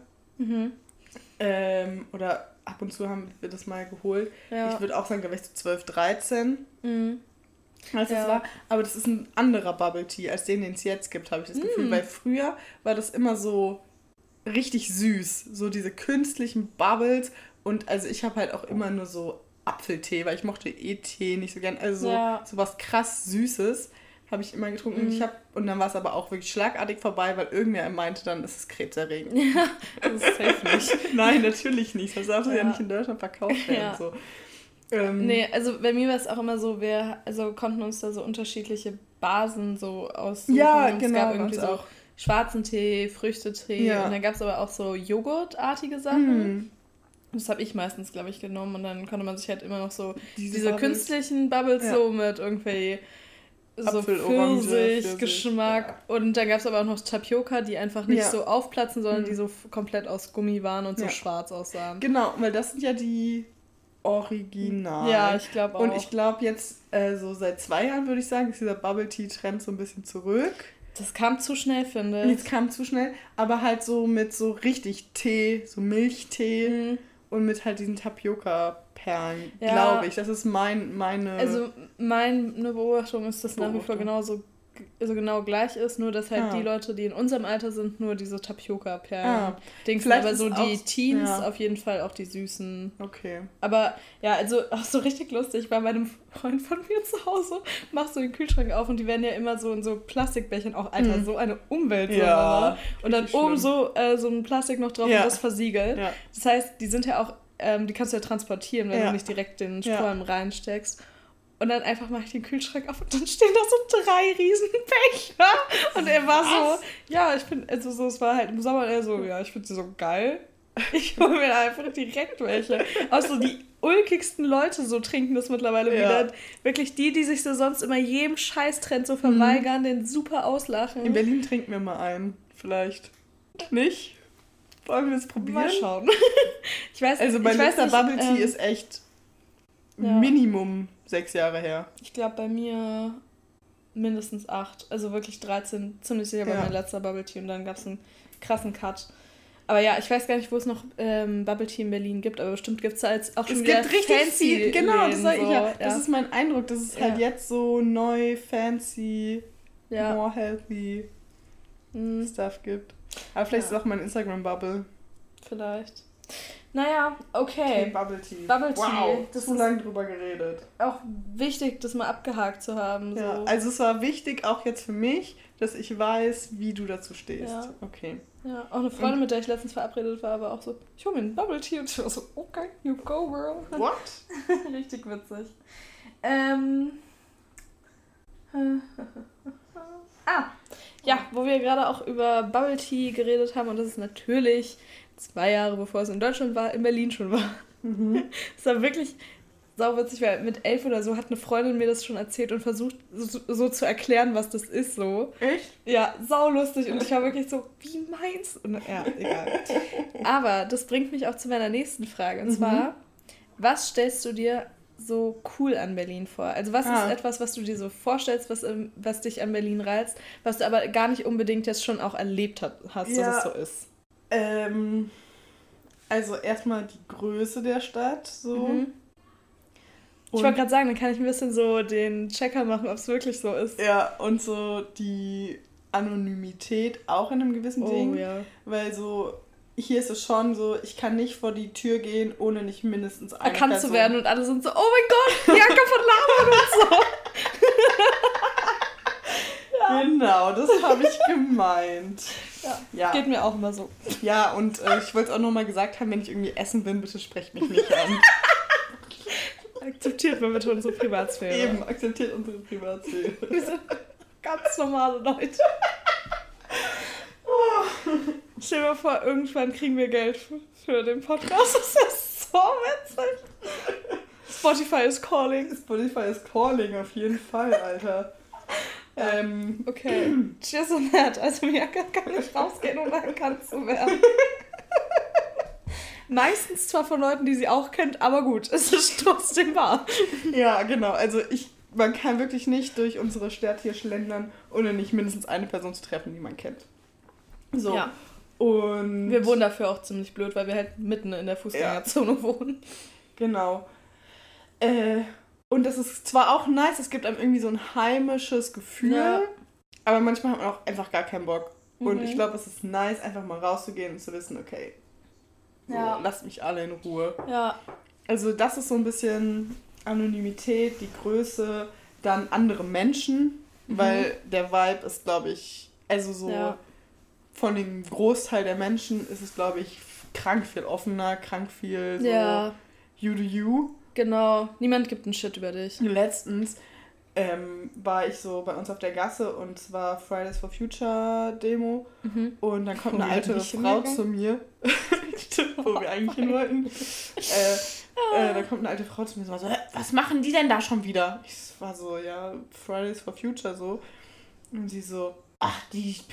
Oder ab und zu haben wir das mal geholt. Ja. Ich würde auch sagen, da war ich so 12, 13. Als das war. Aber das ist ein anderer Bubble Tea, als den es jetzt gibt, habe ich das Gefühl. Weil früher war das immer so richtig süß. So diese künstlichen Bubbles. Und also ich habe halt auch immer nur so Apfeltee, weil ich mochte Tee nicht so gern. Also so was krass Süßes habe ich immer getrunken. Und dann war es aber auch wirklich schlagartig vorbei, weil irgendwer meinte, dann ist es krebserregend. Ja, das ist safe nicht. Nein, natürlich nicht. Das darf ja nicht in Deutschland verkauft werden. So. Nee, also bei mir war es auch immer so, wir konnten uns da so unterschiedliche Basen so aussuchen. Ja, und genau. Es gab irgendwie so schwarzen Tee, Früchtetee und dann gab es aber auch so Joghurtartige Sachen. Das habe ich meistens, glaube ich, genommen und dann konnte man sich halt immer noch so diese künstlichen Bubbles so mit irgendwie so Pfirsich-Geschmack. Und dann gab es aber auch noch Tapioca, die einfach nicht so aufplatzen, sondern die so komplett aus Gummi waren und so schwarz aussahen. Genau, weil das sind ja die Original. Ja, ich glaube auch. Und ich glaube jetzt, so seit 2 Jahren würde ich sagen, ist dieser Bubble-Tea-Trend so ein bisschen zurück. Das kam zu schnell, finde ich. Das kam zu schnell, aber halt so mit so richtig Tee, so Milchtee und mit halt diesen Tapioca-Perlen, glaube ich. Das ist meine... Also meine Beobachtung ist, dass nach wie vor genau gleich ist, nur dass halt die Leute, die in unserem Alter sind, nur diese Tapioca-Perlen Dings, aber so die Teens auf jeden Fall auch die süßen. Okay. Aber ja, also auch so richtig lustig, bei meinem Freund von mir zu Hause machst du den Kühlschrank auf und die werden ja immer so in so Plastikbechern, auch Alter, so eine Umwelt. Und dann oben so ein Plastik noch drauf und das versiegelt. Ja. Das heißt, die sind ja auch, die kannst du ja transportieren, wenn du nicht direkt den Strohhalm reinsteckst. Und dann einfach mache ich den Kühlschrank auf und dann stehen da so 3 riesen Becher. Und er war so, ja, ich finde, also so, es war halt im Sommer, er so, ja, ich finde sie so geil. Ich hole mir einfach direkt welche. Auch so die ulkigsten Leute so trinken das mittlerweile wieder. Wirklich die sich so sonst immer jedem Scheißtrend so verweigern, den super auslachen. In Berlin trinken wir mal einen, vielleicht. Nicht? Wollen wir es probieren? Mal schauen. Also mein letzter Bubble Tea ist echt Minimum 6 Jahre her. Ich glaube bei mir mindestens 8. Also wirklich 13, ziemlich sicher bei meinem letzter Bubble Tea. Und dann gab es einen krassen Cut. Aber ja, ich weiß gar nicht, wo es noch Bubble Tea in Berlin gibt, aber bestimmt gibt es da jetzt auch schon wieder fancy. Es gibt richtig viel, genau, das sage ich ja. Das ist mein Eindruck, dass es halt jetzt so neu, fancy, more healthy Stuff gibt. Aber vielleicht ist es auch mein Instagram-Bubble. Vielleicht. Naja, okay. Bubble Tea. Bubble Tea. Wow, Das zu ist lange drüber geredet. auch wichtig, das mal abgehakt zu haben. So. Ja, also es war wichtig, auch jetzt für mich, dass ich weiß, wie du dazu stehst. Ja. Okay. Ja, auch eine Freundin, mit der ich letztens verabredet war, aber auch so, ich hole mir einen Bubble Tea. Und ich war so, okay, you go, girl. What? Richtig witzig. Ja, wo wir gerade auch über Bubble Tea geredet haben, und das ist natürlich 2 Jahre bevor es in Deutschland war, in Berlin schon war. Es war wirklich sauwitzig, weil mit 11 oder so hat eine Freundin mir das schon erzählt und versucht so zu erklären, was das ist so. Echt? Ja, saulustig, und ich war wirklich so, wie meinst du? Ja, egal. Aber das bringt mich auch zu meiner nächsten Frage, und zwar, was stellst du dir so cool an Berlin vor? Also was ist etwas, was du dir so vorstellst, was dich an Berlin reizt, was du aber gar nicht unbedingt jetzt schon auch erlebt hast, dass es so ist? Also erstmal die Größe der Stadt, so. Ich wollte gerade sagen, dann kann ich ein bisschen so den Checker machen, ob es wirklich so ist. Ja, und so die Anonymität auch in einem gewissen Ding. Ja. Weil so, hier ist es schon so, ich kann nicht vor die Tür gehen, ohne nicht mindestens eine erkannt Person zu werden, und alle sind so, oh mein Gott, Jacke von Lama und so. Genau, das habe ich gemeint. Ja, geht mir auch immer so. Ja, und ich wollte es auch nochmal gesagt haben, wenn ich irgendwie essen bin, bitte sprecht mich nicht an. Akzeptiert mir bitte unsere Privatsphäre. Eben, akzeptiert unsere Privatsphäre. Wir sind ganz normale Leute. Stell dir mal vor, irgendwann kriegen wir Geld für den Podcast. Das ist so witzig. Spotify is calling. Spotify is calling, auf jeden Fall, Alter. Okay. Cheers on that. Also Miyaka kann nicht rausgehen, um erkannt zu werden. Meistens zwar von Leuten, die sie auch kennt, aber gut, es ist trotzdem wahr. Ja, genau. Also man kann wirklich nicht durch unsere Stadt hier schlendern, ohne nicht mindestens eine Person zu treffen, die man kennt. So. Ja. Und wir wohnen dafür auch ziemlich blöd, weil wir halt mitten in der Fußgängerzone wohnen. Genau. Und das ist zwar auch nice, es gibt einem irgendwie so ein heimisches Gefühl, aber manchmal hat man auch einfach gar keinen Bock. Und ich glaube, es ist nice, einfach mal rauszugehen und zu wissen, okay, so, lasst mich alle in Ruhe. Ja. Also das ist so ein bisschen Anonymität, die Größe, dann andere Menschen, weil der Vibe ist, glaube ich, also so von dem Großteil der Menschen ist es, glaube ich, krank viel offener, krank viel so you do you. Genau, niemand gibt einen Shit über dich. Letztens war ich so bei uns auf der Gasse und es war Fridays for Future Demo und dann kommt eine alte Frau zu mir, wo wir eigentlich hin wollten. Da kommt eine alte Frau zu mir und so, was machen die denn da schon wieder? Ich war so, ja, Fridays for Future so. Und sie so, ach, die so,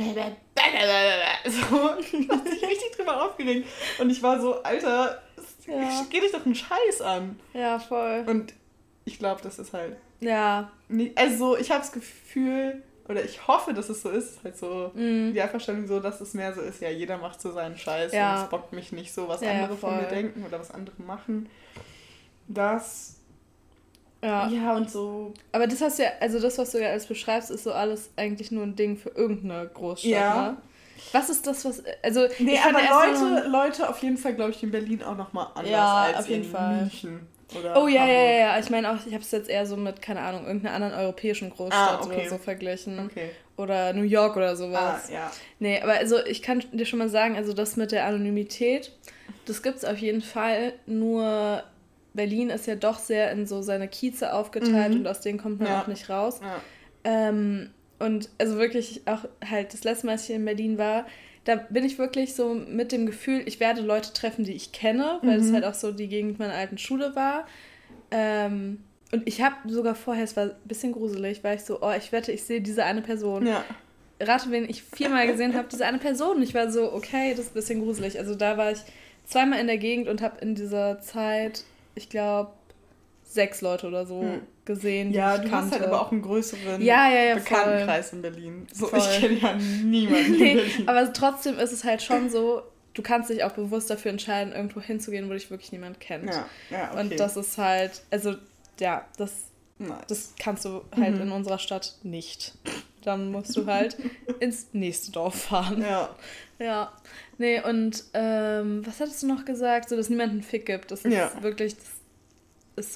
ich hab sich richtig drüber aufgeregt. Und ich war so, Alter, geh dich doch einen Scheiß an. Ja, voll. Und ich glaube, das ist halt... Ja. Also, ich habe das Gefühl, oder ich hoffe, dass es so ist, halt so die Einverstandung so, dass es mehr so ist, ja, jeder macht so seinen Scheiß und es bockt mich nicht so, was andere von mir denken oder was andere machen. Das... Ja, und so... Aber das hast du ja, also das, was du ja alles beschreibst, ist so alles eigentlich nur ein Ding für irgendeine Großstadt, ne? Was ist das, was... Also, nee, aber Leute auf jeden Fall, glaube ich, in Berlin auch nochmal anders als auf jeden in Fall. München. Oder ja. Ich meine auch, ich habe es jetzt eher so mit, keine Ahnung, irgendeiner anderen europäischen Großstadt oder so verglichen. Okay. Oder New York oder sowas. Ja. Nee, aber also ich kann dir schon mal sagen, also das mit der Anonymität, das gibt's auf jeden Fall, nur Berlin ist ja doch sehr in so seine Kieze aufgeteilt und aus denen kommt man auch nicht raus. Ja. Und also wirklich auch halt das letzte Mal, als ich in Berlin war, da bin ich wirklich so mit dem Gefühl, ich werde Leute treffen, die ich kenne, weil es halt auch so die Gegend meiner alten Schule war. Und ich habe sogar vorher, es war ein bisschen gruselig, war ich so, oh, ich wette, ich sehe diese eine Person. Ja. Rate, wen ich 4-mal gesehen habe, diese eine Person. Und ich war so, okay, das ist ein bisschen gruselig. Also da war ich 2-mal in der Gegend und habe in dieser Zeit, ich glaube, 6 Leute oder so gesehen, die ich kannte. Ja, du hast halt aber auch einen größeren Bekanntenkreis in Berlin. So, ich kenne ja niemanden in Berlin. Aber trotzdem ist es halt schon so, du kannst dich auch bewusst dafür entscheiden, irgendwo hinzugehen, wo dich wirklich niemand kennt. Ja, okay. Und das ist halt, also ja, das kannst du halt in unserer Stadt nicht. dann musst du halt ins nächste Dorf fahren. Ja. Ja. Nee, und was hattest du noch gesagt? So, dass niemand einen Fick gibt. Das ist wirklich, das ist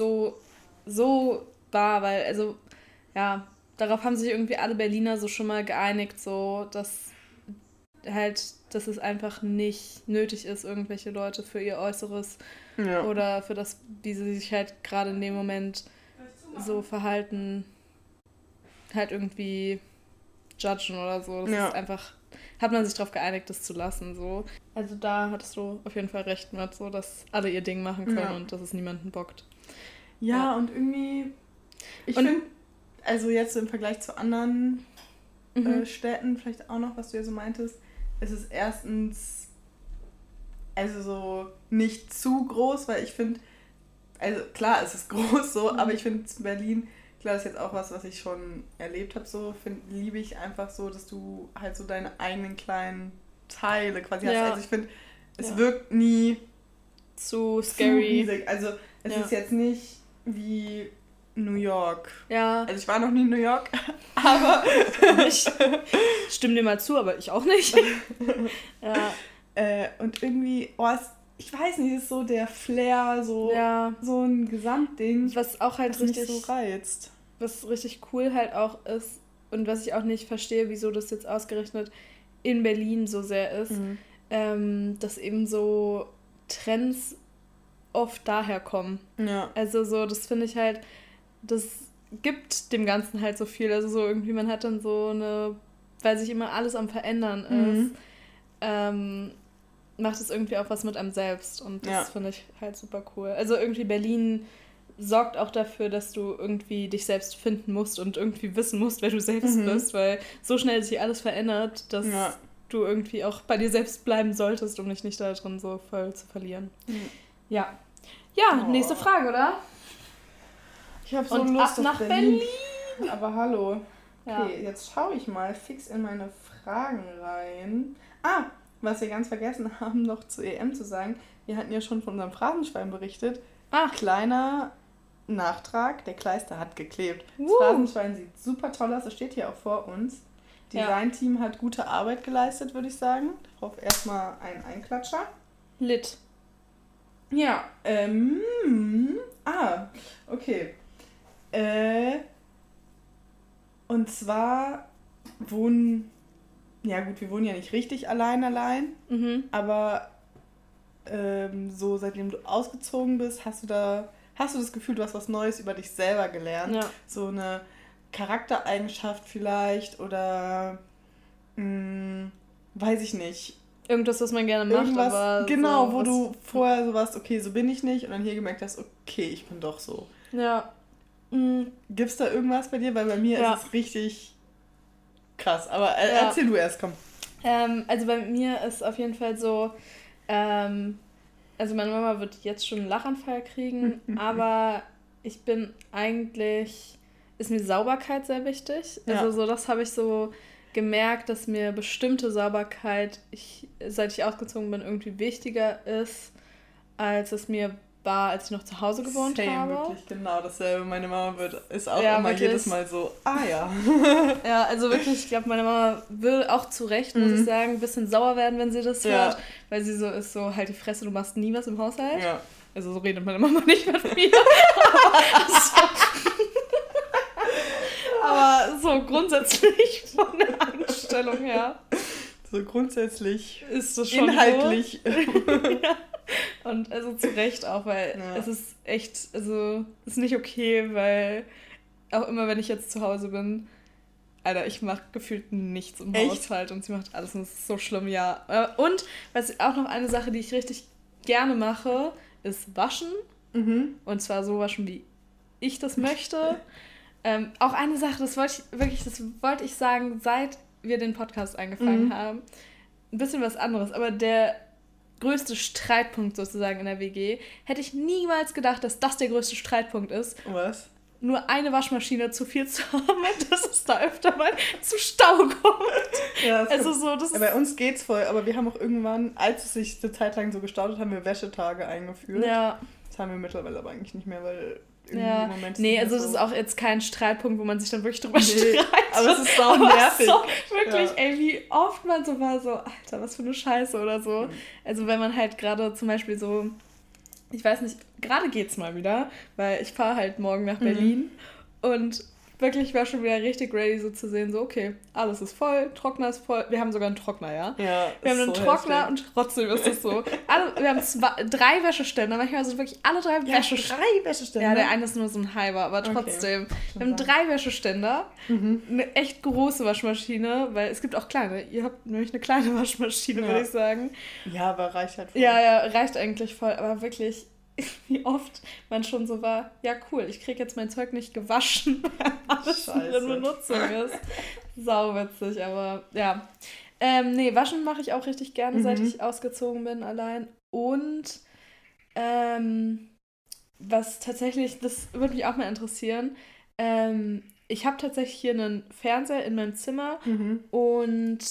so wahr, weil, also, ja, darauf haben sich irgendwie alle Berliner so schon mal geeinigt, so, dass es einfach nicht nötig ist, irgendwelche Leute für ihr Äußeres oder für das, wie sie sich halt gerade in dem Moment so verhalten, halt irgendwie judgen oder so. Das ist einfach, hat man sich darauf geeinigt, das zu lassen, so. Also da hattest du auf jeden Fall recht mit, so, dass alle ihr Ding machen können und dass es niemanden bockt. Ja, und irgendwie, ich finde, also jetzt im Vergleich zu anderen Städten, vielleicht auch noch, was du ja so meintest, es ist erstens, also so nicht zu groß, weil ich finde, also klar, es ist groß so, aber ich finde Berlin, klar, das ist jetzt auch was ich schon erlebt habe, so, liebe ich einfach so, dass du halt so deine eigenen kleinen Teile quasi hast. Also ich finde, es wirkt nie zu scary. Zu riesig. Also es ist jetzt nicht wie New York. Ja. Also ich war noch nie in New York, aber ich stimme dir mal zu, aber ich auch nicht. Ja. Und irgendwie, ich weiß nicht, ist so der Flair, so ein Gesamtding, was auch halt richtig mich so reizt. Was richtig cool halt auch ist und was ich auch nicht verstehe, wieso das jetzt ausgerechnet in Berlin so sehr ist, dass eben so Trends oft daher kommen. Ja. Also so, das finde ich halt, das gibt dem Ganzen halt so viel. Also so irgendwie, man hat dann so eine, weil sich immer alles am Verändern ist, macht es irgendwie auch was mit einem selbst. Und das finde ich halt super cool. Also irgendwie Berlin sorgt auch dafür, dass du irgendwie dich selbst finden musst und irgendwie wissen musst, wer du selbst bist, weil so schnell sich alles verändert, dass du irgendwie auch bei dir selbst bleiben solltest, um dich nicht da drin so voll zu verlieren. Ja. Ja, nächste Frage, oder? Ich habe so Lust auf nach Berlin. Aber hallo. Okay, jetzt schaue ich mal fix in meine Fragen rein. Was wir ganz vergessen haben, noch zur EM zu sagen. Wir hatten ja schon von unserem Phrasenschwein berichtet. Kleiner Nachtrag, der Kleister hat geklebt. Das Phrasenschwein sieht super toll aus, das steht hier auch vor uns. Designteam hat gute Arbeit geleistet, würde ich sagen. Darauf erstmal einen Einklatscher. Lit. Ja, okay. Und zwar wir wohnen ja nicht richtig allein, aber so seitdem du ausgezogen bist, hast du das Gefühl, du hast was Neues über dich selber gelernt. Ja. So eine Charaktereigenschaft vielleicht oder weiß ich nicht. Irgendwas, was man gerne macht, aber genau, so, wo du vorher so warst, okay, so bin ich nicht und dann hier gemerkt hast, okay, ich bin doch so. Ja. Gibt's da irgendwas bei dir? Weil bei mir ist es richtig krass. Aber erzähl du erst, komm. Also bei mir ist auf jeden Fall so, also meine Mama wird jetzt schon einen Lachanfall kriegen, aber ich bin ist mir Sauberkeit sehr wichtig. Ja. Also so, das habe ich so gemerkt, dass mir bestimmte Sauberkeit, seit ich ausgezogen bin, irgendwie wichtiger ist, als es mir war, als ich noch zu Hause gewohnt habe. Wirklich, genau dasselbe. Meine Mama ist auch immer wirklich, jedes Mal so, ja. Ja, also wirklich, ich glaube, meine Mama will auch zu Recht, muss ich sagen, ein bisschen sauer werden, wenn sie das hört, weil sie so ist, so, halt die Fresse, du machst nie was im Haushalt. Ja. Also so redet meine Mama nicht mit mir. Aber so grundsätzlich von der Einstellung her. So grundsätzlich ist das schon inhaltlich. So. Ja. Und also zu Recht auch, weil es ist echt, also ist nicht okay, weil auch immer, wenn ich jetzt zu Hause bin, Alter, ich mache gefühlt nichts im Haushalt und sie macht alles und es ist so schlimm, ja. Und was auch noch eine Sache, die ich richtig gerne mache, ist waschen. Und zwar so waschen, wie ich das möchte. Auch eine Sache, das wollte ich sagen, seit wir den Podcast angefangen haben. Ein bisschen was anderes, aber der größte Streitpunkt sozusagen in der WG, hätte ich niemals gedacht, dass das der größte Streitpunkt ist. Was? Nur eine Waschmaschine zu viel zu haben und dass es da öfter mal zu Stau kommt. Ja, bei uns geht's voll, aber wir haben auch irgendwann, als es sich eine Zeit lang so gestaut hat, haben wir Wäschetage eingeführt. Ja. Das haben wir mittlerweile aber eigentlich nicht mehr, weil Ja, Moment nee, also so. das ist auch jetzt kein Streitpunkt, wo man sich dann wirklich drüber Nee, streitet. aber es ist sau nervig. So, wirklich, Ja. ey, wie oft man so war, so, Alter, was für eine Scheiße oder so. Mhm. Also wenn man halt gerade zum Beispiel so, ich weiß nicht, gerade geht's mal wieder, weil ich fahre halt morgen nach Berlin und wirklich, ich war schon wieder richtig ready, so zu sehen, so, okay, alles ist voll, Trockner ist voll, wir haben sogar einen Trockner, ja? Ja, Wir haben einen so Trockner heftig. und trotzdem ist es so. Wir haben 3 Wäscheständer, manchmal sind wirklich alle 3 Wäscheständer. 3 Wäscheständer? Ja, der eine ist nur so ein halber, aber Okay. trotzdem. Wir haben 3 Wäscheständer, eine echt große Waschmaschine, weil es gibt auch kleine. Ihr habt nämlich eine kleine Waschmaschine, würde ich sagen. Ja, aber reicht halt voll. Ja, reicht eigentlich voll, aber wirklich, wie oft man schon so war, ja cool, ich kriege jetzt mein Zeug nicht gewaschen, weil alles Scheiße. in Benutzung ist. Sauwitzig, aber ja. Nee, waschen mache ich auch richtig gerne, seit ich ausgezogen bin allein. Und was tatsächlich, das würde mich auch mal interessieren, ich habe tatsächlich hier einen Fernseher in meinem Zimmer und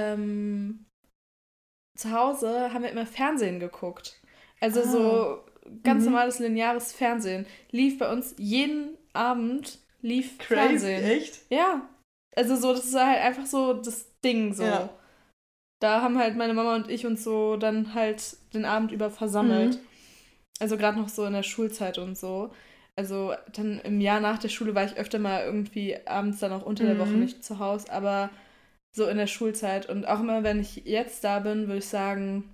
zu Hause haben wir immer Fernsehen geguckt. Also so ganz normales lineares Fernsehen. Lief bei uns jeden Abend, lief Crazy, Fernsehen. echt? Ja. Also so, das ist halt einfach so das Ding so. Ja. Da haben halt meine Mama und ich uns so dann halt den Abend über versammelt. Also gerade noch so in der Schulzeit und so. Also dann im Jahr nach der Schule war ich öfter mal irgendwie abends dann auch unter der Woche nicht zu Hause, aber so in der Schulzeit. Und auch immer, wenn ich jetzt da bin, würde ich sagen,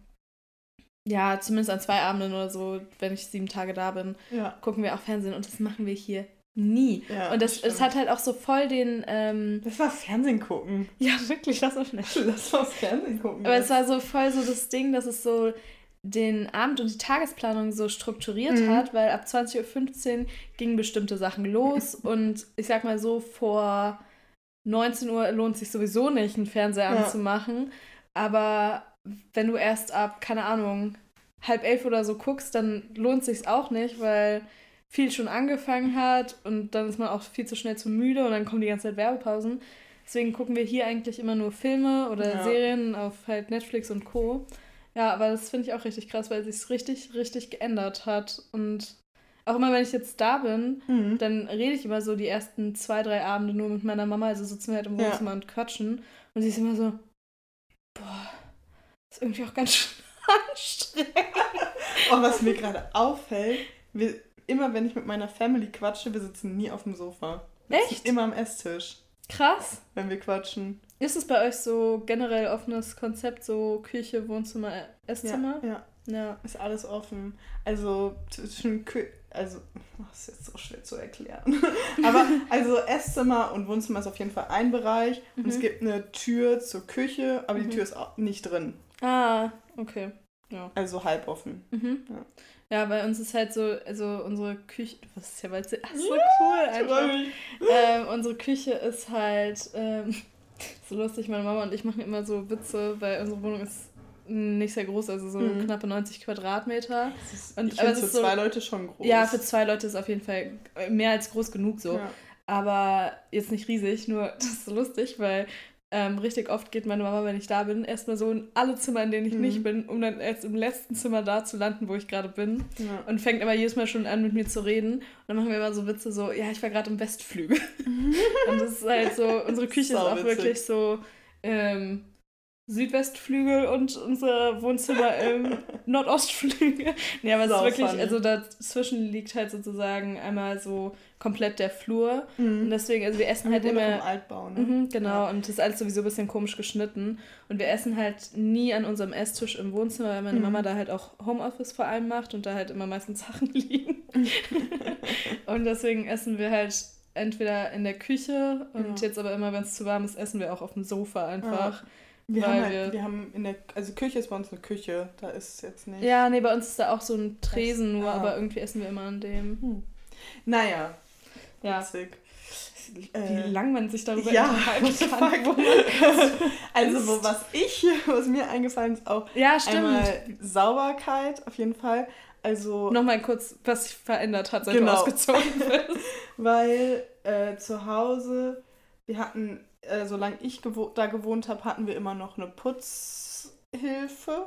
ja, zumindest an 2 Abenden oder so, wenn ich 7 Tage da bin, gucken wir auch Fernsehen. Und das machen wir hier nie. Ja, und es hat halt auch so voll den... Lass mal Fernsehen gucken. Ja, wirklich, lass mal schnell. Lass mal Fernsehen gucken. Aber es war so voll so das Ding, dass es so den Abend und die Tagesplanung so strukturiert hat, weil ab 20.15 Uhr gingen bestimmte Sachen los und ich sag mal so, vor 19 Uhr lohnt sich sowieso nicht, einen Fernseher anzumachen, aber wenn du erst ab, keine Ahnung, 10:30 oder so guckst, dann lohnt sich's auch nicht, weil viel schon angefangen hat und dann ist man auch viel zu schnell zu müde und dann kommen die ganze Zeit Werbepausen. Deswegen gucken wir hier eigentlich immer nur Filme oder Serien auf halt Netflix und Co. Ja, aber das finde ich auch richtig krass, weil sich's richtig, richtig geändert hat. Und auch immer, wenn ich jetzt da bin, dann rede ich immer so die ersten 2, 3 Abende nur mit meiner Mama. Also sitzen wir halt im Wohnzimmer und quatschen. Und sie ist immer so, boah, ist irgendwie auch ganz schön anstrengend. Oh, was mir gerade auffällt, immer wenn ich mit meiner Family quatsche, wir sitzen nie auf dem Sofa. Wir sitzen immer am Esstisch. Krass. Wenn wir quatschen. Ist es bei euch so generell offenes Konzept, so Küche, Wohnzimmer, Esszimmer? Ja. Ist alles offen. Also zwischen das ist jetzt so schwer zu erklären. Aber also Esszimmer und Wohnzimmer ist auf jeden Fall ein Bereich und es gibt eine Tür zur Küche, aber die Tür ist auch nicht drin. Ah, okay. Ja. Also halb offen. Ja, bei uns ist halt so, also unsere Küche, das ist ja bald so cool einfach. Unsere Küche ist halt so lustig, meine Mama und ich machen immer so Witze, weil unsere Wohnung ist nicht sehr groß, also so knappe 90 Quadratmeter. Ich finde es für 2 Leute schon groß. Ja, für 2 Leute ist auf jeden Fall mehr als groß genug so. Ja. Aber jetzt nicht riesig, nur das ist so lustig, weil richtig oft geht meine Mama, wenn ich da bin, erstmal so in alle Zimmer, in denen ich nicht bin, um dann erst im letzten Zimmer da zu landen, wo ich gerade bin. Ja. Und fängt immer jedes Mal schon an, mit mir zu reden. Und dann machen wir immer so Witze, so, ja, ich war gerade im Westflügel. Und das ist halt so, unsere Küche ist auch witzig. Wirklich so Südwestflügel und unser Wohnzimmer im Nordostflügel. Nee, aber es ist wirklich, funny. Also dazwischen liegt halt sozusagen einmal so komplett der Flur. Und deswegen, also wir essen halt immer... im Altbau, ne? Genau, und das ist alles sowieso ein bisschen komisch geschnitten. Und wir essen halt nie an unserem Esstisch im Wohnzimmer, weil meine Mama da halt auch Homeoffice vor allem macht und da halt immer meistens Sachen liegen. Und deswegen essen wir halt entweder in der Küche und jetzt aber immer, wenn es zu warm ist, essen wir auch auf dem Sofa einfach. Wir haben in der, also Küche ist bei uns eine Küche, da ist es jetzt nicht. Ja, nee, bei uns ist da auch so ein Tresen nur, aber irgendwie essen wir immer an dem. Naja, ja. Witzig. Wie lang man sich darüber unterhalten kann. Also was mir eingefallen ist, auch einmal Sauberkeit auf jeden Fall. Also nochmal kurz, was sich verändert hat, seit du ausgezogen bist. Weil zu Hause, wir hatten, solange ich da gewohnt habe, hatten wir immer noch eine Putzhilfe.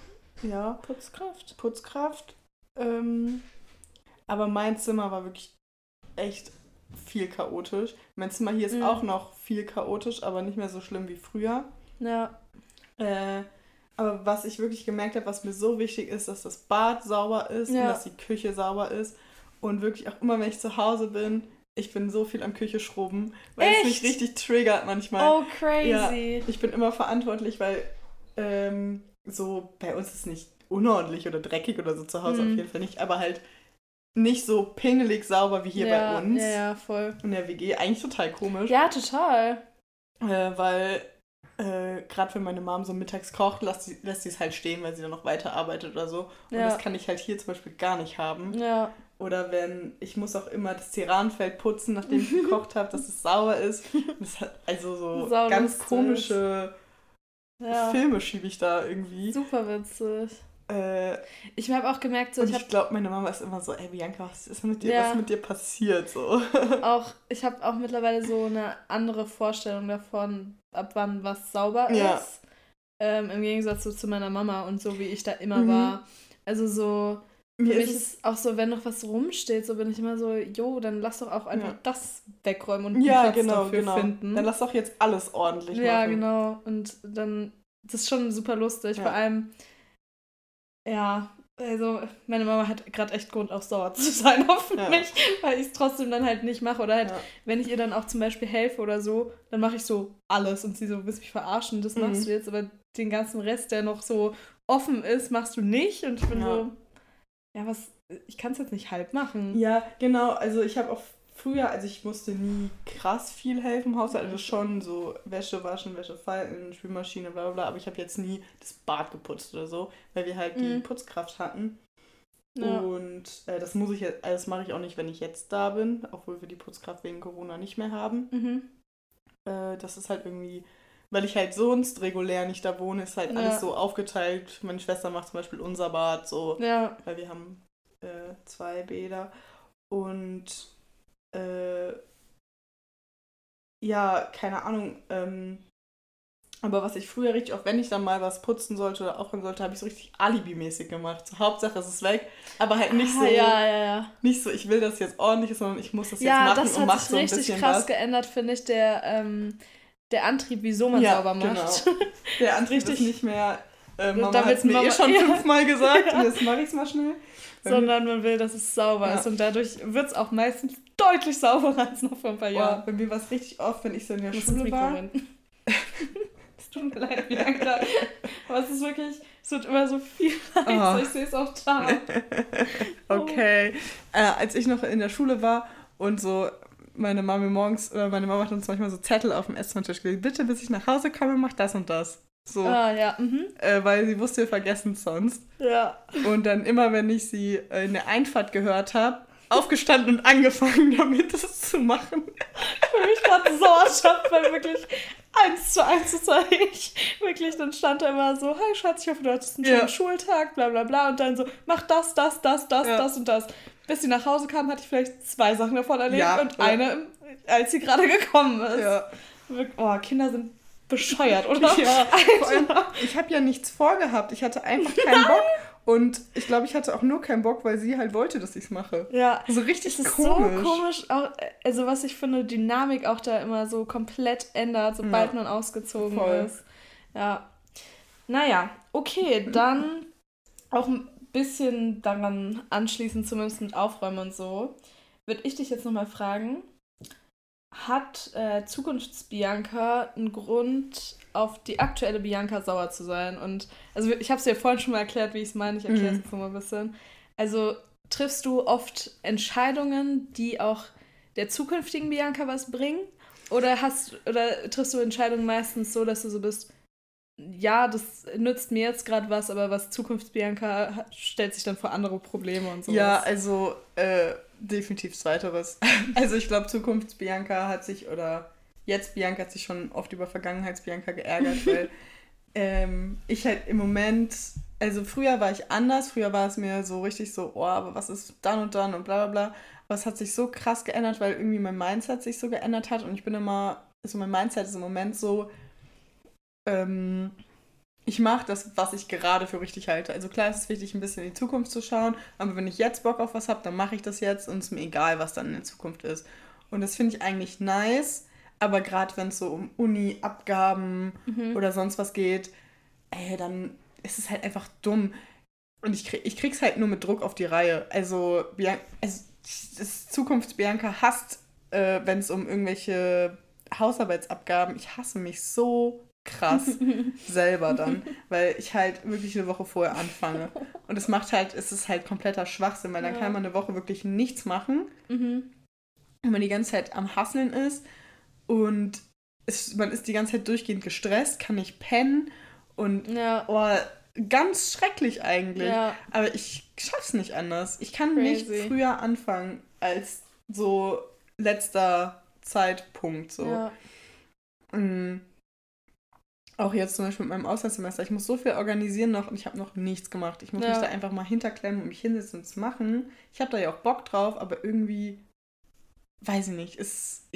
Ja. Putzkraft. Aber mein Zimmer war wirklich echt viel chaotisch. Mein Zimmer hier ist auch noch viel chaotisch, aber nicht mehr so schlimm wie früher. Ja. Aber was ich wirklich gemerkt habe, was mir so wichtig ist, dass das Bad sauber ist und dass die Küche sauber ist. Und wirklich auch immer, wenn ich zu Hause bin, ich bin so viel am Küche schrubben, weil es mich richtig triggert manchmal. Oh, crazy. Ja, ich bin immer verantwortlich, weil so bei uns ist es nicht unordentlich oder dreckig oder so zu Hause auf jeden Fall nicht, aber halt nicht so pingelig sauber wie hier bei uns. Ja, voll. In der WG. Eigentlich total komisch. Ja, total. Weil gerade wenn meine Mom so mittags kocht, lässt sie es halt stehen, weil sie dann noch weiterarbeitet oder so. Und das kann ich halt hier zum Beispiel gar nicht haben. Ja. Oder ich muss auch immer das Ceranfeld putzen, nachdem ich gekocht habe, dass es sauber ist. Das hat also so ganz komische Filme schiebe ich da irgendwie. Super witzig. Ich habe auch gemerkt, so, und ich glaube, meine Mama ist immer so, ey Bianca, was ist mit dir, was ist mit dir passiert? So. Ich habe auch mittlerweile so eine andere Vorstellung davon, ab wann was sauber ist. Im Gegensatz zu meiner Mama und so, wie ich da immer war. Also so, für mich ist auch so, wenn noch was rumsteht, so bin ich immer so, jo, dann lass doch auch einfach das wegräumen und einen Platz dafür finden. Dann lass doch jetzt alles ordentlich machen. Ja, genau. Und dann, das ist schon super lustig. Vor allem, also meine Mama hat gerade echt Grund, auch sauer zu sein auf mich, weil ich es trotzdem dann halt nicht mache. Oder halt, wenn ich ihr dann auch zum Beispiel helfe oder so, dann mache ich so alles. Und sie so, willst mich verarschen, das machst du jetzt, aber den ganzen Rest, der noch so offen ist, machst du nicht. Und ich bin so, ich kann es jetzt nicht halb machen. Ja, genau. Also ich habe auch früher, also ich musste nie krass viel helfen im Haushalt, also schon so Wäsche waschen, Wäsche falten, Spülmaschine, bla bla bla, aber ich habe jetzt nie das Bad geputzt oder so, weil wir halt die Putzkraft hatten. Ja. Und das mache ich auch nicht, wenn ich jetzt da bin, obwohl wir die Putzkraft wegen Corona nicht mehr haben. Das ist halt irgendwie, weil ich halt sonst regulär nicht da wohne, ist halt alles so aufgeteilt. Meine Schwester macht zum Beispiel unser Bad so, weil wir haben 2 Bäder und keine Ahnung, aber was ich früher richtig oft, wenn ich dann mal was putzen sollte oder aufräumen sollte, habe ich so richtig alibimäßig gemacht. So, Hauptsache es ist weg, aber halt nicht so, nicht so, ich will das jetzt ordentlich, sondern ich muss das jetzt machen und mache so ein bisschen was. Ja, das hat sich richtig krass geändert, finde ich, der Antrieb, wieso man sauber macht. Genau. Der Antrieb ist nicht mehr, Mama hat es mir schon 5-mal gesagt und jetzt mache ich es mal schnell. Sondern man will, dass es sauber ist und dadurch wird es auch meistens deutlich sauberer als noch vor ein paar Jahren. Bei mir war es richtig oft, wenn ich so in der Schule war. Es tut mir leid, Bianca. Aber es ist wirklich, es wird immer so viel leiser. Ich sehe es auch da. Okay. Als ich noch in der Schule war und so meine Mama hat uns manchmal so Zettel auf dem Esszimmertisch gelegt. Bitte, bis ich nach Hause komme, mach das und das. So. Weil sie wusste, wir vergessen es sonst. Ja. Und dann immer, wenn ich sie in der Einfahrt gehört habe, aufgestanden und angefangen, damit es zu machen. Für mich gerade Sauerstoff, weil wirklich 1:1 ist ich. Wirklich, dann stand da immer so, hi Schatz, ich hoffe, du hattest einen schönen Schultag, bla bla bla. Und dann so, mach das und das. Bis sie nach Hause kam, hatte ich vielleicht 2 Sachen davon erlebt und eine, als sie gerade gekommen ist. Ja. Oh, Kinder sind bescheuert, oder? Ja, vor allem, ich habe ja nichts vorgehabt. Ich hatte einfach keinen Bock. Und ich glaube, ich hatte auch nur keinen Bock, weil sie halt wollte, dass ich es mache. Ja. So richtig komisch. So komisch. Auch, also was ich finde, Dynamik auch da immer so komplett ändert, sobald man ausgezogen ist. Ja. Naja, okay, dann auch ein bisschen daran anschließend, zumindest mit Aufräumen und so, würde ich dich jetzt nochmal fragen, hat Zukunfts-Bianca einen Grund, auf die aktuelle Bianca sauer zu sein? Und also ich habe es dir vorhin schon mal erklärt, wie ich es meine. Ich erkläre es jetzt nochmal ein bisschen. Also triffst du oft Entscheidungen, die auch der zukünftigen Bianca was bringen? Oder triffst du Entscheidungen meistens so, dass du so bist, ja, das nützt mir jetzt gerade was, aber was Zukunfts-Bianca stellt sich dann vor andere Probleme und sowas? Ja, also definitiv Zweiteres. Also ich glaube, Zukunfts-Bianca hat sich, oder jetzt Bianca hat sich schon oft über Vergangenheits-Bianca geärgert, weil ich halt im Moment, also früher war ich anders, früher war es mir so richtig so, oh, aber was ist dann und bla bla bla. Aber es hat sich so krass geändert, weil irgendwie mein Mindset sich so geändert hat und ich bin immer, also mein Mindset ist im Moment so, ich mache das, was ich gerade für richtig halte. Also klar, es ist wichtig, ein bisschen in die Zukunft zu schauen, aber wenn ich jetzt Bock auf was habe, dann mache ich das jetzt und es ist mir egal, was dann in der Zukunft ist. Und das finde ich eigentlich nice, aber gerade wenn es so um Uni-Abgaben oder sonst was geht, dann ist es halt einfach dumm. Und ich krieg's halt nur mit Druck auf die Reihe. Also das Zukunfts-Bianca hasst, wenn es um irgendwelche Hausarbeitsabgaben, ich hasse mich so krass selber dann, weil ich halt wirklich eine Woche vorher anfange. Und es ist halt kompletter Schwachsinn, weil dann kann man eine Woche wirklich nichts machen, wenn man die ganze Zeit am Hasseln ist und man ist die ganze Zeit durchgehend gestresst, kann nicht pennen und ganz schrecklich eigentlich. Ja. Aber ich schaff's nicht anders. Ich kann nicht früher anfangen als so letzter Zeitpunkt. So. Ja. Auch jetzt zum Beispiel mit meinem Auslandssemester. Ich muss so viel organisieren noch und ich habe noch nichts gemacht. Ich muss mich da einfach mal hinterklemmen und mich hinsetzen und es machen. Ich habe da ja auch Bock drauf, aber irgendwie, weiß ich nicht,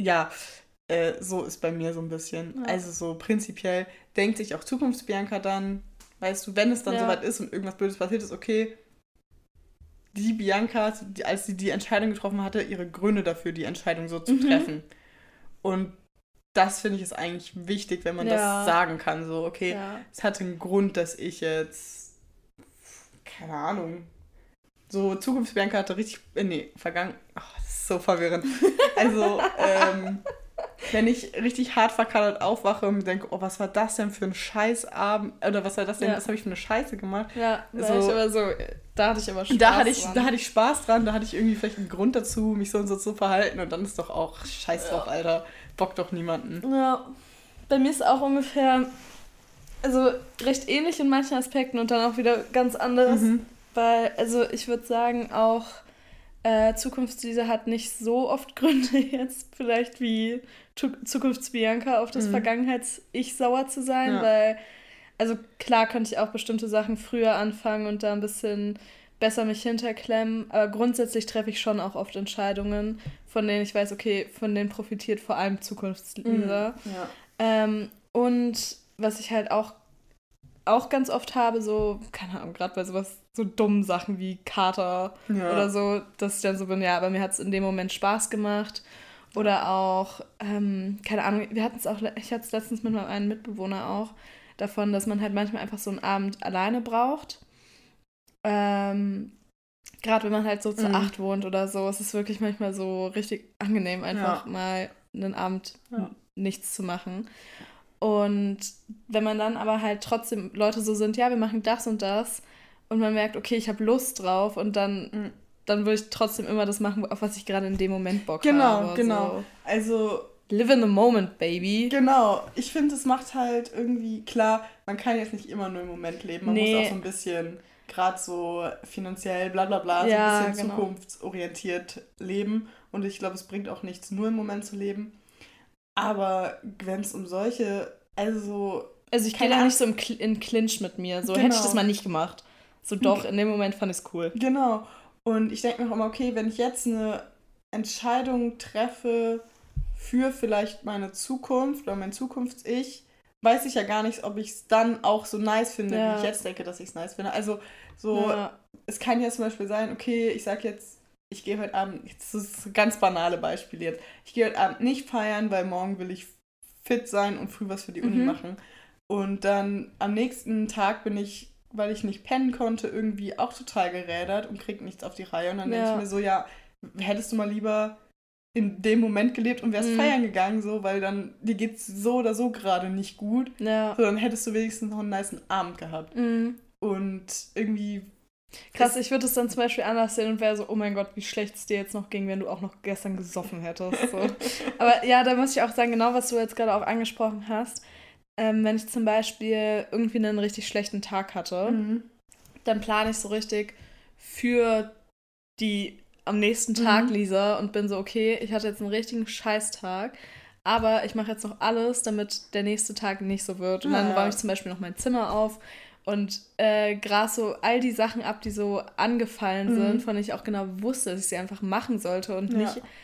so ist bei mir so ein bisschen. Ja. Also so prinzipiell denkt sich auch Zukunfts-Bianca dann, weißt du, wenn es dann soweit ist und irgendwas Blödes passiert ist, okay, die Bianca, als sie die Entscheidung getroffen hatte, ihre Gründe dafür, die Entscheidung so zu treffen. Und das finde ich ist eigentlich wichtig, wenn man das sagen kann. So, okay, es hatte einen Grund, dass ich jetzt, keine Ahnung, so Zukunfts-Bianca hatte richtig, das ist so verwirrend. Also, wenn ich richtig hart verkadert aufwache und denke, oh, was war das denn für ein Scheißabend, oder was war das denn, was habe ich für eine Scheiße gemacht? Ja, da hatte ich aber Spaß dran. Da hatte ich Spaß dran, da hatte ich irgendwie vielleicht einen Grund dazu, mich so und so zu verhalten und dann ist doch auch scheiß drauf, Alter. Bockt doch niemanden. Ja, bei mir ist auch ungefähr, also recht ähnlich in manchen Aspekten und dann auch wieder ganz anders, weil, also ich würde sagen auch, Zukunftsliese hat nicht so oft Gründe jetzt vielleicht wie Zukunfts-Bianca auf das Vergangenheits-Ich sauer zu sein, weil, also klar könnte ich auch bestimmte Sachen früher anfangen und da ein bisschen besser mich hinterklemmen, aber grundsätzlich treffe ich schon auch oft Entscheidungen, von denen ich weiß, okay, von denen profitiert vor allem Zukunftsliese. Und was ich halt auch ganz oft habe, so, keine Ahnung, gerade bei sowas, so dummen Sachen wie Kater oder so, dass ich dann so bin, aber mir hat es in dem Moment Spaß gemacht. Oder auch, keine Ahnung, ich hatte es letztens mit meinem einen Mitbewohner auch, davon, dass man halt manchmal einfach so einen Abend alleine braucht. Gerade wenn man halt so zu 8 wohnt oder so, es ist wirklich manchmal so richtig angenehm, einfach mal einen Abend nichts zu machen. Und wenn man dann aber halt trotzdem Leute so sind, wir machen das und das und man merkt, okay, ich habe Lust drauf und dann würde ich trotzdem immer das machen, auf was ich gerade in dem Moment Bock habe. Genau. So. Also live in the moment, baby. Genau. Ich finde, es macht halt irgendwie, klar, man kann jetzt nicht immer nur im Moment leben. Man muss auch so ein bisschen, gerade so finanziell, bla bla bla, so ein bisschen zukunftsorientiert leben. Und ich glaube, es bringt auch nichts, nur im Moment zu leben. Aber wenn es um solche, also ich gehe da nicht so in Clinch mit mir. So hätte ich das mal nicht gemacht. So doch, in dem Moment fand ich es cool. Genau. Und ich denke mir auch immer, okay, wenn ich jetzt eine Entscheidung treffe für vielleicht meine Zukunft oder mein Zukunfts-Ich, weiß ich ja gar nicht, ob ich es dann auch so nice finde, wie ich jetzt denke, dass ich es nice finde. Also so, es kann ja zum Beispiel sein, okay, ich sag jetzt, ich gehe heute Abend, das ist ein ganz banale Beispiel jetzt, ich gehe heute Abend nicht feiern, weil morgen will ich fit sein und früh was für die Uni machen. Und dann am nächsten Tag bin ich, weil ich nicht pennen konnte, irgendwie auch total gerädert und krieg nichts auf die Reihe. Und dann denke ich mir so, hättest du mal lieber in dem Moment gelebt und wärst feiern gegangen, so, weil dann dir geht's so oder so gerade nicht gut. Ja. So, dann hättest du wenigstens noch einen nicen Abend gehabt. Und irgendwie... Krass, ich würde es dann zum Beispiel anders sehen und wäre so, oh mein Gott, wie schlecht es dir jetzt noch ging, wenn du auch noch gestern gesoffen hättest. So. Aber ja, da muss ich auch sagen, genau was du jetzt gerade auch angesprochen hast, wenn ich zum Beispiel irgendwie einen richtig schlechten Tag hatte, dann plane ich so richtig für die am nächsten Tag, Lisa, und bin so, okay, ich hatte jetzt einen richtigen Scheißtag, aber ich mache jetzt noch alles, damit der nächste Tag nicht so wird. Und dann räume ich zum Beispiel noch mein Zimmer auf und gras so all die Sachen ab, die so angefallen sind, von denen ich auch genau wusste, dass ich sie einfach machen sollte und nicht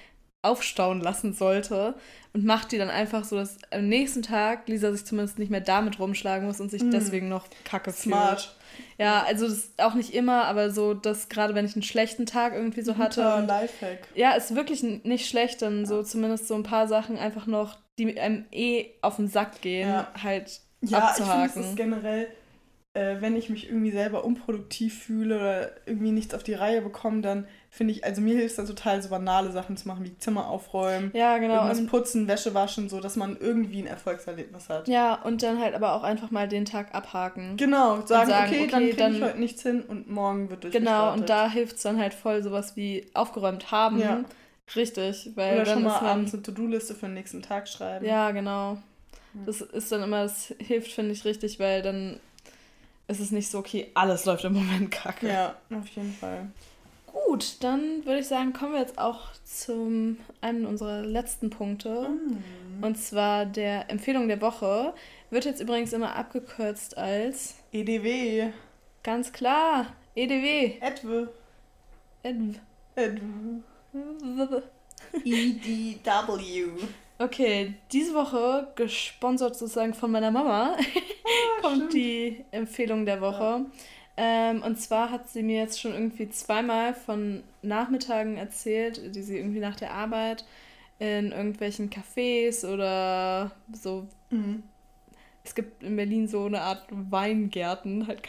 aufstauen lassen sollte und macht die dann einfach so, dass am nächsten Tag Lisa sich zumindest nicht mehr damit rumschlagen muss und sich deswegen noch kacke Smart. fühlt. Ja, also das ist auch nicht immer, aber so, dass gerade wenn ich einen schlechten Tag irgendwie so hatte. Lifehack. Ja, ist wirklich nicht schlecht, dann so zumindest so ein paar Sachen einfach noch, die einem auf den Sack gehen, halt abzuhaken. Ich finde es generell, wenn ich mich irgendwie selber unproduktiv fühle oder irgendwie nichts auf die Reihe bekomme, dann finde ich, also mir hilft es dann total, so banale Sachen zu machen, wie Zimmer aufräumen, irgendwas putzen, Wäsche waschen, so, dass man irgendwie ein Erfolgserlebnis hat. Ja, und dann halt aber auch einfach mal den Tag abhaken. Genau, sagen okay, dann kriege ich heute nichts hin und morgen wird durchgestartet. Genau, und da hilft es dann halt voll sowas wie aufgeräumt haben. Ja. Richtig, weil oder dann schon mal abends eine To-Do-Liste für den nächsten Tag schreiben. Ja, genau. Das ist dann immer, das hilft, finde ich, richtig, weil dann ist es nicht so, okay, alles läuft im Moment kacke. Ja, auf jeden Fall. Gut, dann würde ich sagen, kommen wir jetzt auch zu einem unserer letzten Punkte. Und zwar der Empfehlung der Woche. Wird jetzt übrigens immer abgekürzt als EDW. Ganz klar, EDW. EDW. Okay, diese Woche, gesponsert sozusagen von meiner Mama, kommt die Empfehlung der Woche. Ja. Und zwar hat sie mir jetzt schon irgendwie 2-mal von Nachmittagen erzählt, die sie irgendwie nach der Arbeit in irgendwelchen Cafés oder so. Es gibt in Berlin so eine Art Weingärten, halt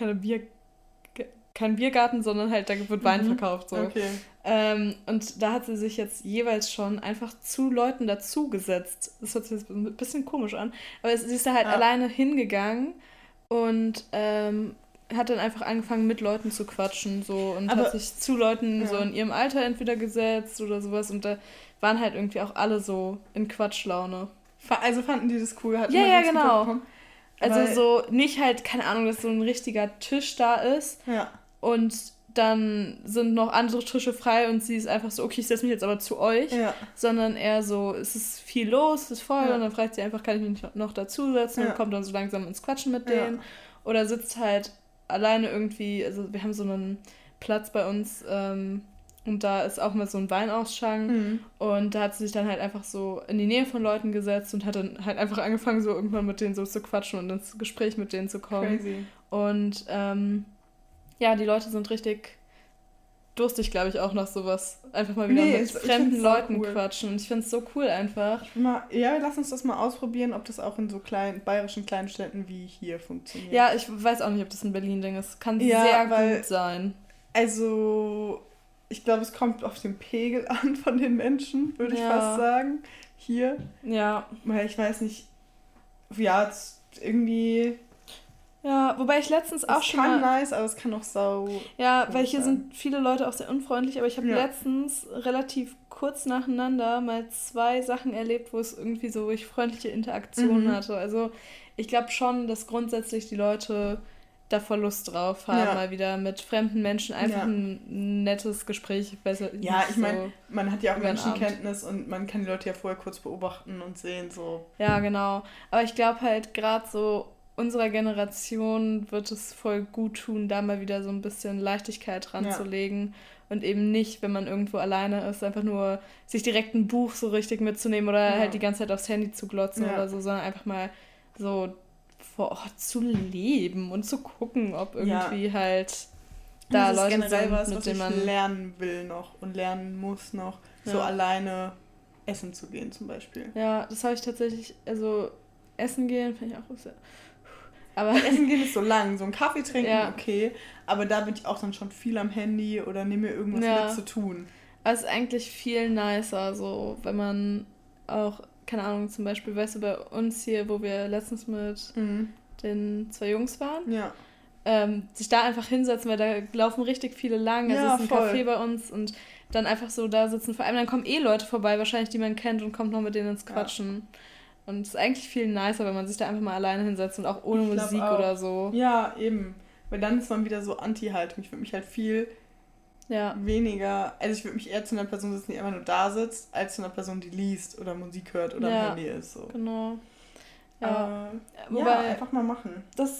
kein Biergarten, sondern halt da wird Wein verkauft. So. Okay. Und da hat sie sich jetzt jeweils schon einfach zu Leuten dazugesetzt. Das hört sich jetzt ein bisschen komisch an. Aber sie ist da halt alleine hingegangen und hat dann einfach angefangen, mit Leuten zu quatschen. So, und hat sich zu Leuten so in ihrem Alter entweder gesetzt oder sowas. Und da waren halt irgendwie auch alle so in Quatschlaune. Also fanden die das cool? Ja, genau. Also so nicht halt, keine Ahnung, dass so ein richtiger Tisch da ist. Ja. Und dann sind noch andere Tische frei und sie ist einfach so, okay, ich setze mich jetzt aber zu euch. Ja. Sondern eher so, es ist viel los, es ist voll und dann fragt sie einfach, kann ich mich noch dazusetzen und kommt dann so langsam ins Quatschen mit denen. Oder sitzt halt alleine irgendwie, also wir haben so einen Platz bei uns und da ist auch mal so ein Weinausschank und da hat sie sich dann halt einfach so in die Nähe von Leuten gesetzt und hat dann halt einfach angefangen, so irgendwann mit denen so zu quatschen und ins Gespräch mit denen zu kommen. Crazy. Und ja, die Leute sind richtig durstig, glaube ich, auch nach sowas. Einfach mal wieder mit fremden Leuten quatschen. Und ich finde es so cool einfach. Lass uns das mal ausprobieren, ob das auch in so bayerischen Kleinstädten wie hier funktioniert. Ja, ich weiß auch nicht, ob das ein Berlin-Ding ist. Kann sehr gut sein. Also, ich glaube, es kommt auf den Pegel an von den Menschen, würde ich fast sagen. Hier. Ja. Weil ich weiß nicht, irgendwie... Ja, wobei ich letztens auch schon mal... Es kann nice, aber es kann auch sau... Ja, weil hier sind viele Leute auch sehr unfreundlich, aber ich habe letztens relativ kurz nacheinander mal 2 Sachen erlebt, wo ich freundliche Interaktionen hatte. Also ich glaube schon, dass grundsätzlich die Leute da voll Lust drauf haben, mal wieder mit fremden Menschen einfach ein nettes Gespräch. Ich meine, man hat ja auch Menschenkenntnis und man kann die Leute ja vorher kurz beobachten und sehen, so. Ja, genau. Aber ich glaube halt gerade so unserer Generation wird es voll gut tun, da mal wieder so ein bisschen Leichtigkeit ranzulegen und eben nicht, wenn man irgendwo alleine ist, einfach nur sich direkt ein Buch so richtig mitzunehmen oder halt die ganze Zeit aufs Handy zu glotzen oder so, sondern einfach mal so vor Ort zu leben und zu gucken, ob irgendwie halt da das Leute ist generell sind, mit denen man lernen will noch und lernen muss noch, so alleine essen zu gehen zum Beispiel. Ja, das habe ich tatsächlich, also essen gehen finde ich auch sehr... Aber essen gehen ist so lang, so einen Kaffee trinken, okay, aber da bin ich auch dann schon viel am Handy oder nehme mir irgendwas mit zu tun. Aber es ist eigentlich viel nicer, so, wenn man auch, keine Ahnung, zum Beispiel, weißt du, bei uns hier, wo wir letztens mit den 2 Jungs waren, sich da einfach hinsetzen, weil da laufen richtig viele lang, also es ist ein Café bei uns und dann einfach so da sitzen, vor allem dann kommen Leute vorbei, wahrscheinlich, die man kennt und kommt noch mit denen ins Quatschen. Ja. Und es ist eigentlich viel nicer, wenn man sich da einfach mal alleine hinsetzt und auch ohne Musik oder so. Ja, eben. Weil dann ist man wieder so Anti-Haltung. Ich würde mich halt viel weniger... Also ich würde mich eher zu einer Person sitzen, die immer nur da sitzt, als zu einer Person, die liest oder Musik hört oder am Handy ist. So. Genau. Wobei, einfach mal machen. Das,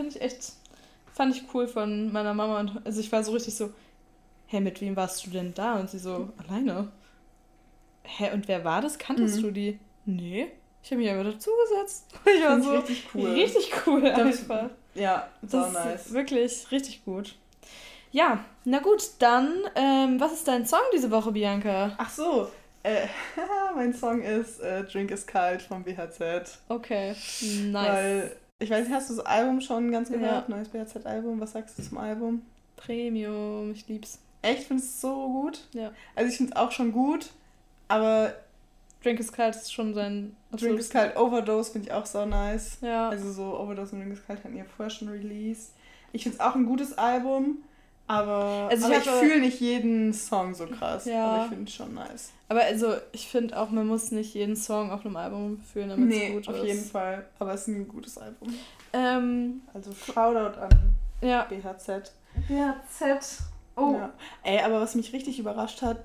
fand ich cool von meiner Mama. Und also ich war so richtig so, hey, mit wem warst du denn da? Und sie so, alleine. hä, und wer war das? Kanntest du die? Nee. Ich habe mich einfach dazugesetzt. Ich war so richtig cool. Richtig cool einfach. Ja, so Das nice. ist wirklich richtig gut. Ja, na gut, dann, was ist dein Song diese Woche, Bianca? Ach so, mein Song ist Drink is Kalt von BHZ. Okay, nice. Weil, ich weiß nicht, hast du das Album schon ganz gehört? Ja. Neues BHZ-Album, was sagst du zum Album? Premium, ich lieb's. Echt? Findest du es so gut? Ja. Also ich finde es auch schon gut, aber... Drink is Kalt ist schon sein... Drink is Kalt, Overdose finde ich auch so nice. Ja. Also so Overdose und Drink is Kalt hatten ja vorher schon Release. Ich finde es auch ein gutes Album, aber ich fühle nicht jeden Song so krass. Ja. Aber ich finde es schon nice. Aber also ich finde auch, man muss nicht jeden Song auf einem Album fühlen, damit es gut ist. Auf jeden Fall. Aber es ist ein gutes Album. Also Shoutout an BHZ. BHZ. Oh. Ja. Ey, aber was mich richtig überrascht hat,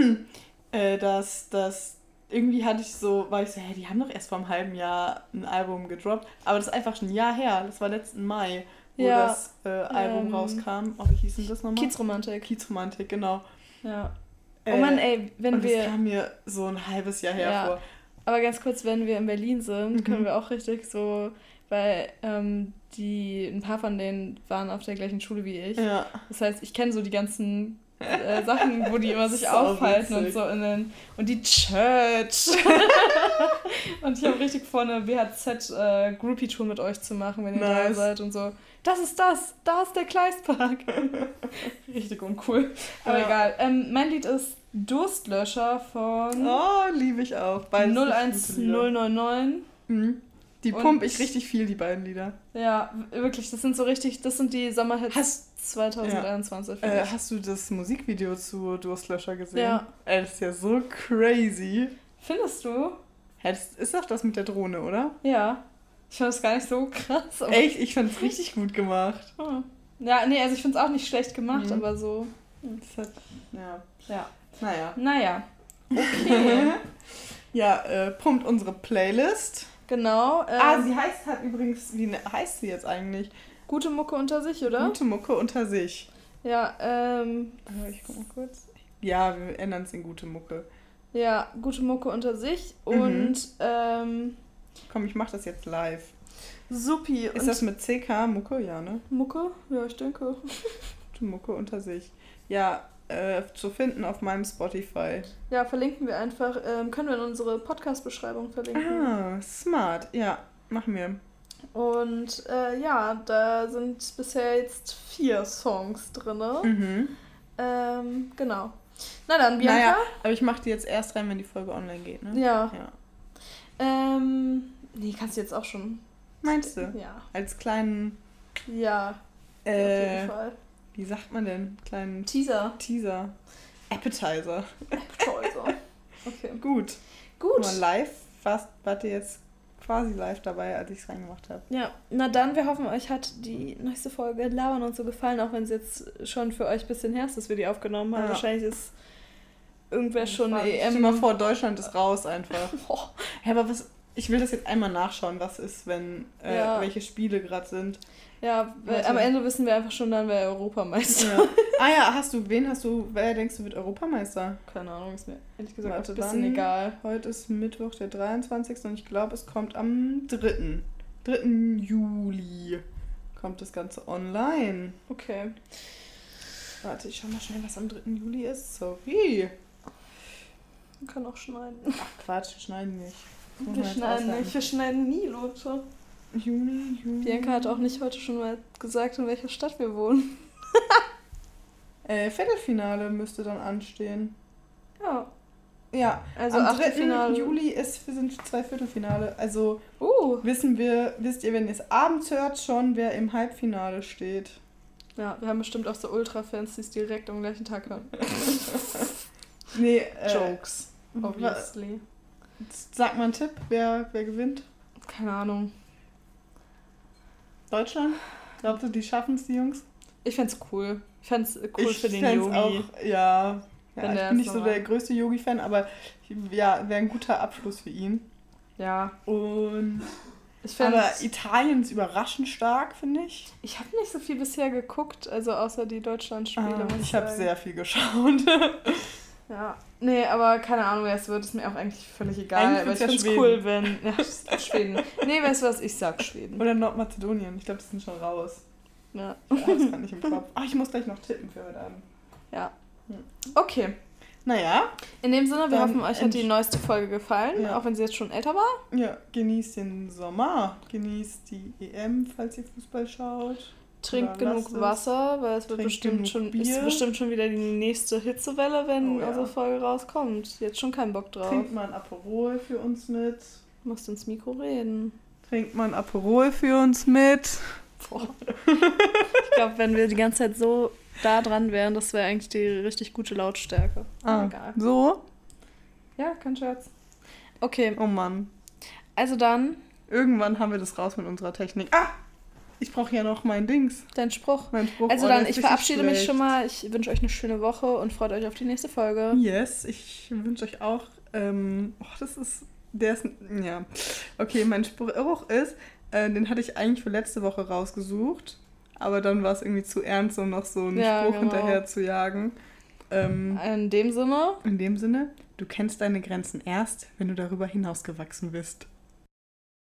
dass irgendwie war ich so, hey, die haben doch erst vor einem halben Jahr ein Album gedroppt, aber das ist einfach schon ein Jahr her, das war letzten Mai, wo das Album rauskam. Oh, wie hieß denn das nochmal? Kiezromantik, genau. Ja. Oh Mann, ey, das kam mir so ein halbes Jahr her vor. Aber ganz kurz, wenn wir in Berlin sind, können wir auch richtig so, weil ein paar von denen waren auf der gleichen Schule wie ich. Ja. Das heißt, ich kenne so die ganzen Sachen, wo die immer sich aufhalten witzig. Und so und die Church. Und ich habe richtig vor, eine BHZ Groupie-Tour mit euch zu machen, wenn ihr da seid und so. Das ist da ist der Kleistpark. Richtig uncool. Aber egal. Mein Lied ist Durstlöscher von... Oh, liebe ich auch. 01099. Mhm. Die pumpe ich richtig viel, die beiden Lieder. Ja, wirklich. Das sind die Sommerhits 2021. Ja. Hast du das Musikvideo zu Durstlöscher gesehen? Ja. Das ist ja so crazy. Findest du? Das ist doch das mit der Drohne, oder? Ja. Ich fand es gar nicht so krass. Aber echt? Ich fand es richtig gut gemacht. Ja, nee, also ich finde es auch nicht schlecht gemacht, aber so... Ja. Naja. Okay. Ja, pumpt unsere Playlist. Genau. Sie heißt übrigens, wie heißt sie jetzt eigentlich? Gute Mucke unter sich, oder? Gute Mucke unter sich. Ja, ich guck mal kurz. Ja, wir ändern es in Gute Mucke. Ja, Gute Mucke unter sich und komm, ich mach das jetzt live. Supi. Ist das mit CK Mucke? Ja, ne? Mucke? Ja, ich denke. Gute Mucke unter sich. Ja, zu finden auf meinem Spotify. Ja, verlinken wir einfach. Können wir in unsere Podcast-Beschreibung verlinken. Ah, smart. Ja, machen wir. Und da sind bisher jetzt 4 Songs drin. Genau. Na dann, Bianca. Naja, aber ich mache die jetzt erst rein, wenn die Folge online geht, ne? Ja. Nee, kannst du jetzt auch schon. Meinst du? Ja. Als kleinen... Ja, auf jeden Fall. Wie sagt man denn? Kleinen Teaser. Appetizer. Okay. Gut. Mal live. Wart ihr jetzt quasi live dabei, als ich es reingemacht habe. Ja, na dann, wir hoffen, euch hat die neueste Folge Labern und so gefallen, auch wenn es jetzt schon für euch ein bisschen her ist, dass wir die aufgenommen haben. Ja. Wahrscheinlich ist irgendwer schon EM. Stell mal vor, Deutschland ist raus einfach. Ja, aber ich will das jetzt einmal nachschauen, was ist, wenn welche Spiele gerade sind. Ja, am Ende wissen wir einfach schon dann, wer Europameister ist. Ja, wer denkst du wird Europameister? Keine Ahnung, ist mir ehrlich gesagt ein bisschen egal. Heute ist Mittwoch, der 23. und ich glaube, es kommt am 3. Juli kommt das Ganze online. Okay. Warte, ich schau mal schnell, was am 3. Juli ist. Sorry. Man kann auch schneiden. Ach Quatsch, wir schneiden nicht. Wir schneiden nie, Leute. Juli. Bianca hat auch nicht heute schon mal gesagt, in welcher Stadt wir wohnen. Viertelfinale müsste dann anstehen. Ja. Ja, also am 3. Juli sind 2 Viertelfinale. Also wisst ihr, wenn ihr es abends hört, schon, wer im Halbfinale steht. Ja, wir haben bestimmt auch so Ultra-Fans, die es direkt am gleichen Tag hören. Nee, Jokes, obviously. Sag mal einen Tipp, wer gewinnt? Keine Ahnung. Deutschland? Glaubst du, die schaffen es, die Jungs? Ich fänd's cool. Ich fänd's cool für den Yogi. Auch, ja, ich bin nicht so der größte Yogi-Fan, aber ja, wäre ein guter Abschluss für ihn. Ja. Und aber Italien ist überraschend stark, finde ich. Ich habe nicht so viel bisher geguckt, also außer die Deutschland-Spiele. Ich habe sehr viel geschaut. Ja, Nee, aber keine Ahnung, wer es wird, ist mir auch eigentlich völlig egal. Eigentlich Aber ich wird's finde ja es cool, wenn... Ja, Schweden. Nee, weißt du was? Ich sag Schweden. Oder Nordmazedonien. Ich glaube, die sind schon raus. Ja. Ich habe es gar nicht im Kopf. Ach, ich muss gleich noch tippen für heute Abend. Ja. Okay. Naja. In dem Sinne, wir Dann hoffen, euch hat die neueste Folge gefallen, Ja. auch wenn sie jetzt schon älter war. Ja, genießt den Sommer. Genießt die EM, falls ihr Fußball schaut. Trinkt Oder genug lasst es. Wasser, weil es wird Trinkt bestimmt genug schon, ist Bier. bestimmt schon wieder die nächste Hitzewelle, wenn Oh ja. unsere Folge rauskommt. Jetzt schon keinen Bock drauf. Trinkt mal ein Aperol für uns mit. Du musst ins Mikro reden. Trinkt mal ein Aperol für uns mit. Boah. Ich glaube, wenn wir die ganze Zeit so da dran wären, das wäre eigentlich die richtig gute Lautstärke. Aber egal. So? Ja, kein Scherz. Okay, Oh Mann. also dann Irgendwann haben wir das raus mit unserer Technik. Ah! Ich brauche ja noch mein Dings. dein Spruch. Mein Spruch. Also Oh, der dann, ist ich richtig verabschiede mich schlecht. schon mal. Ich wünsche euch eine schöne Woche und freut euch auf die nächste Folge. Yes, ich wünsche euch auch. Das ist. Der ist. Ja. Okay, mein Spruch ist, den hatte ich eigentlich für letzte Woche rausgesucht. Aber dann war es irgendwie zu ernst, um noch so einen Ja, Spruch genau. hinterher zu jagen. In dem Sinne, In dem Sinne, du kennst deine Grenzen erst, wenn du darüber hinausgewachsen bist.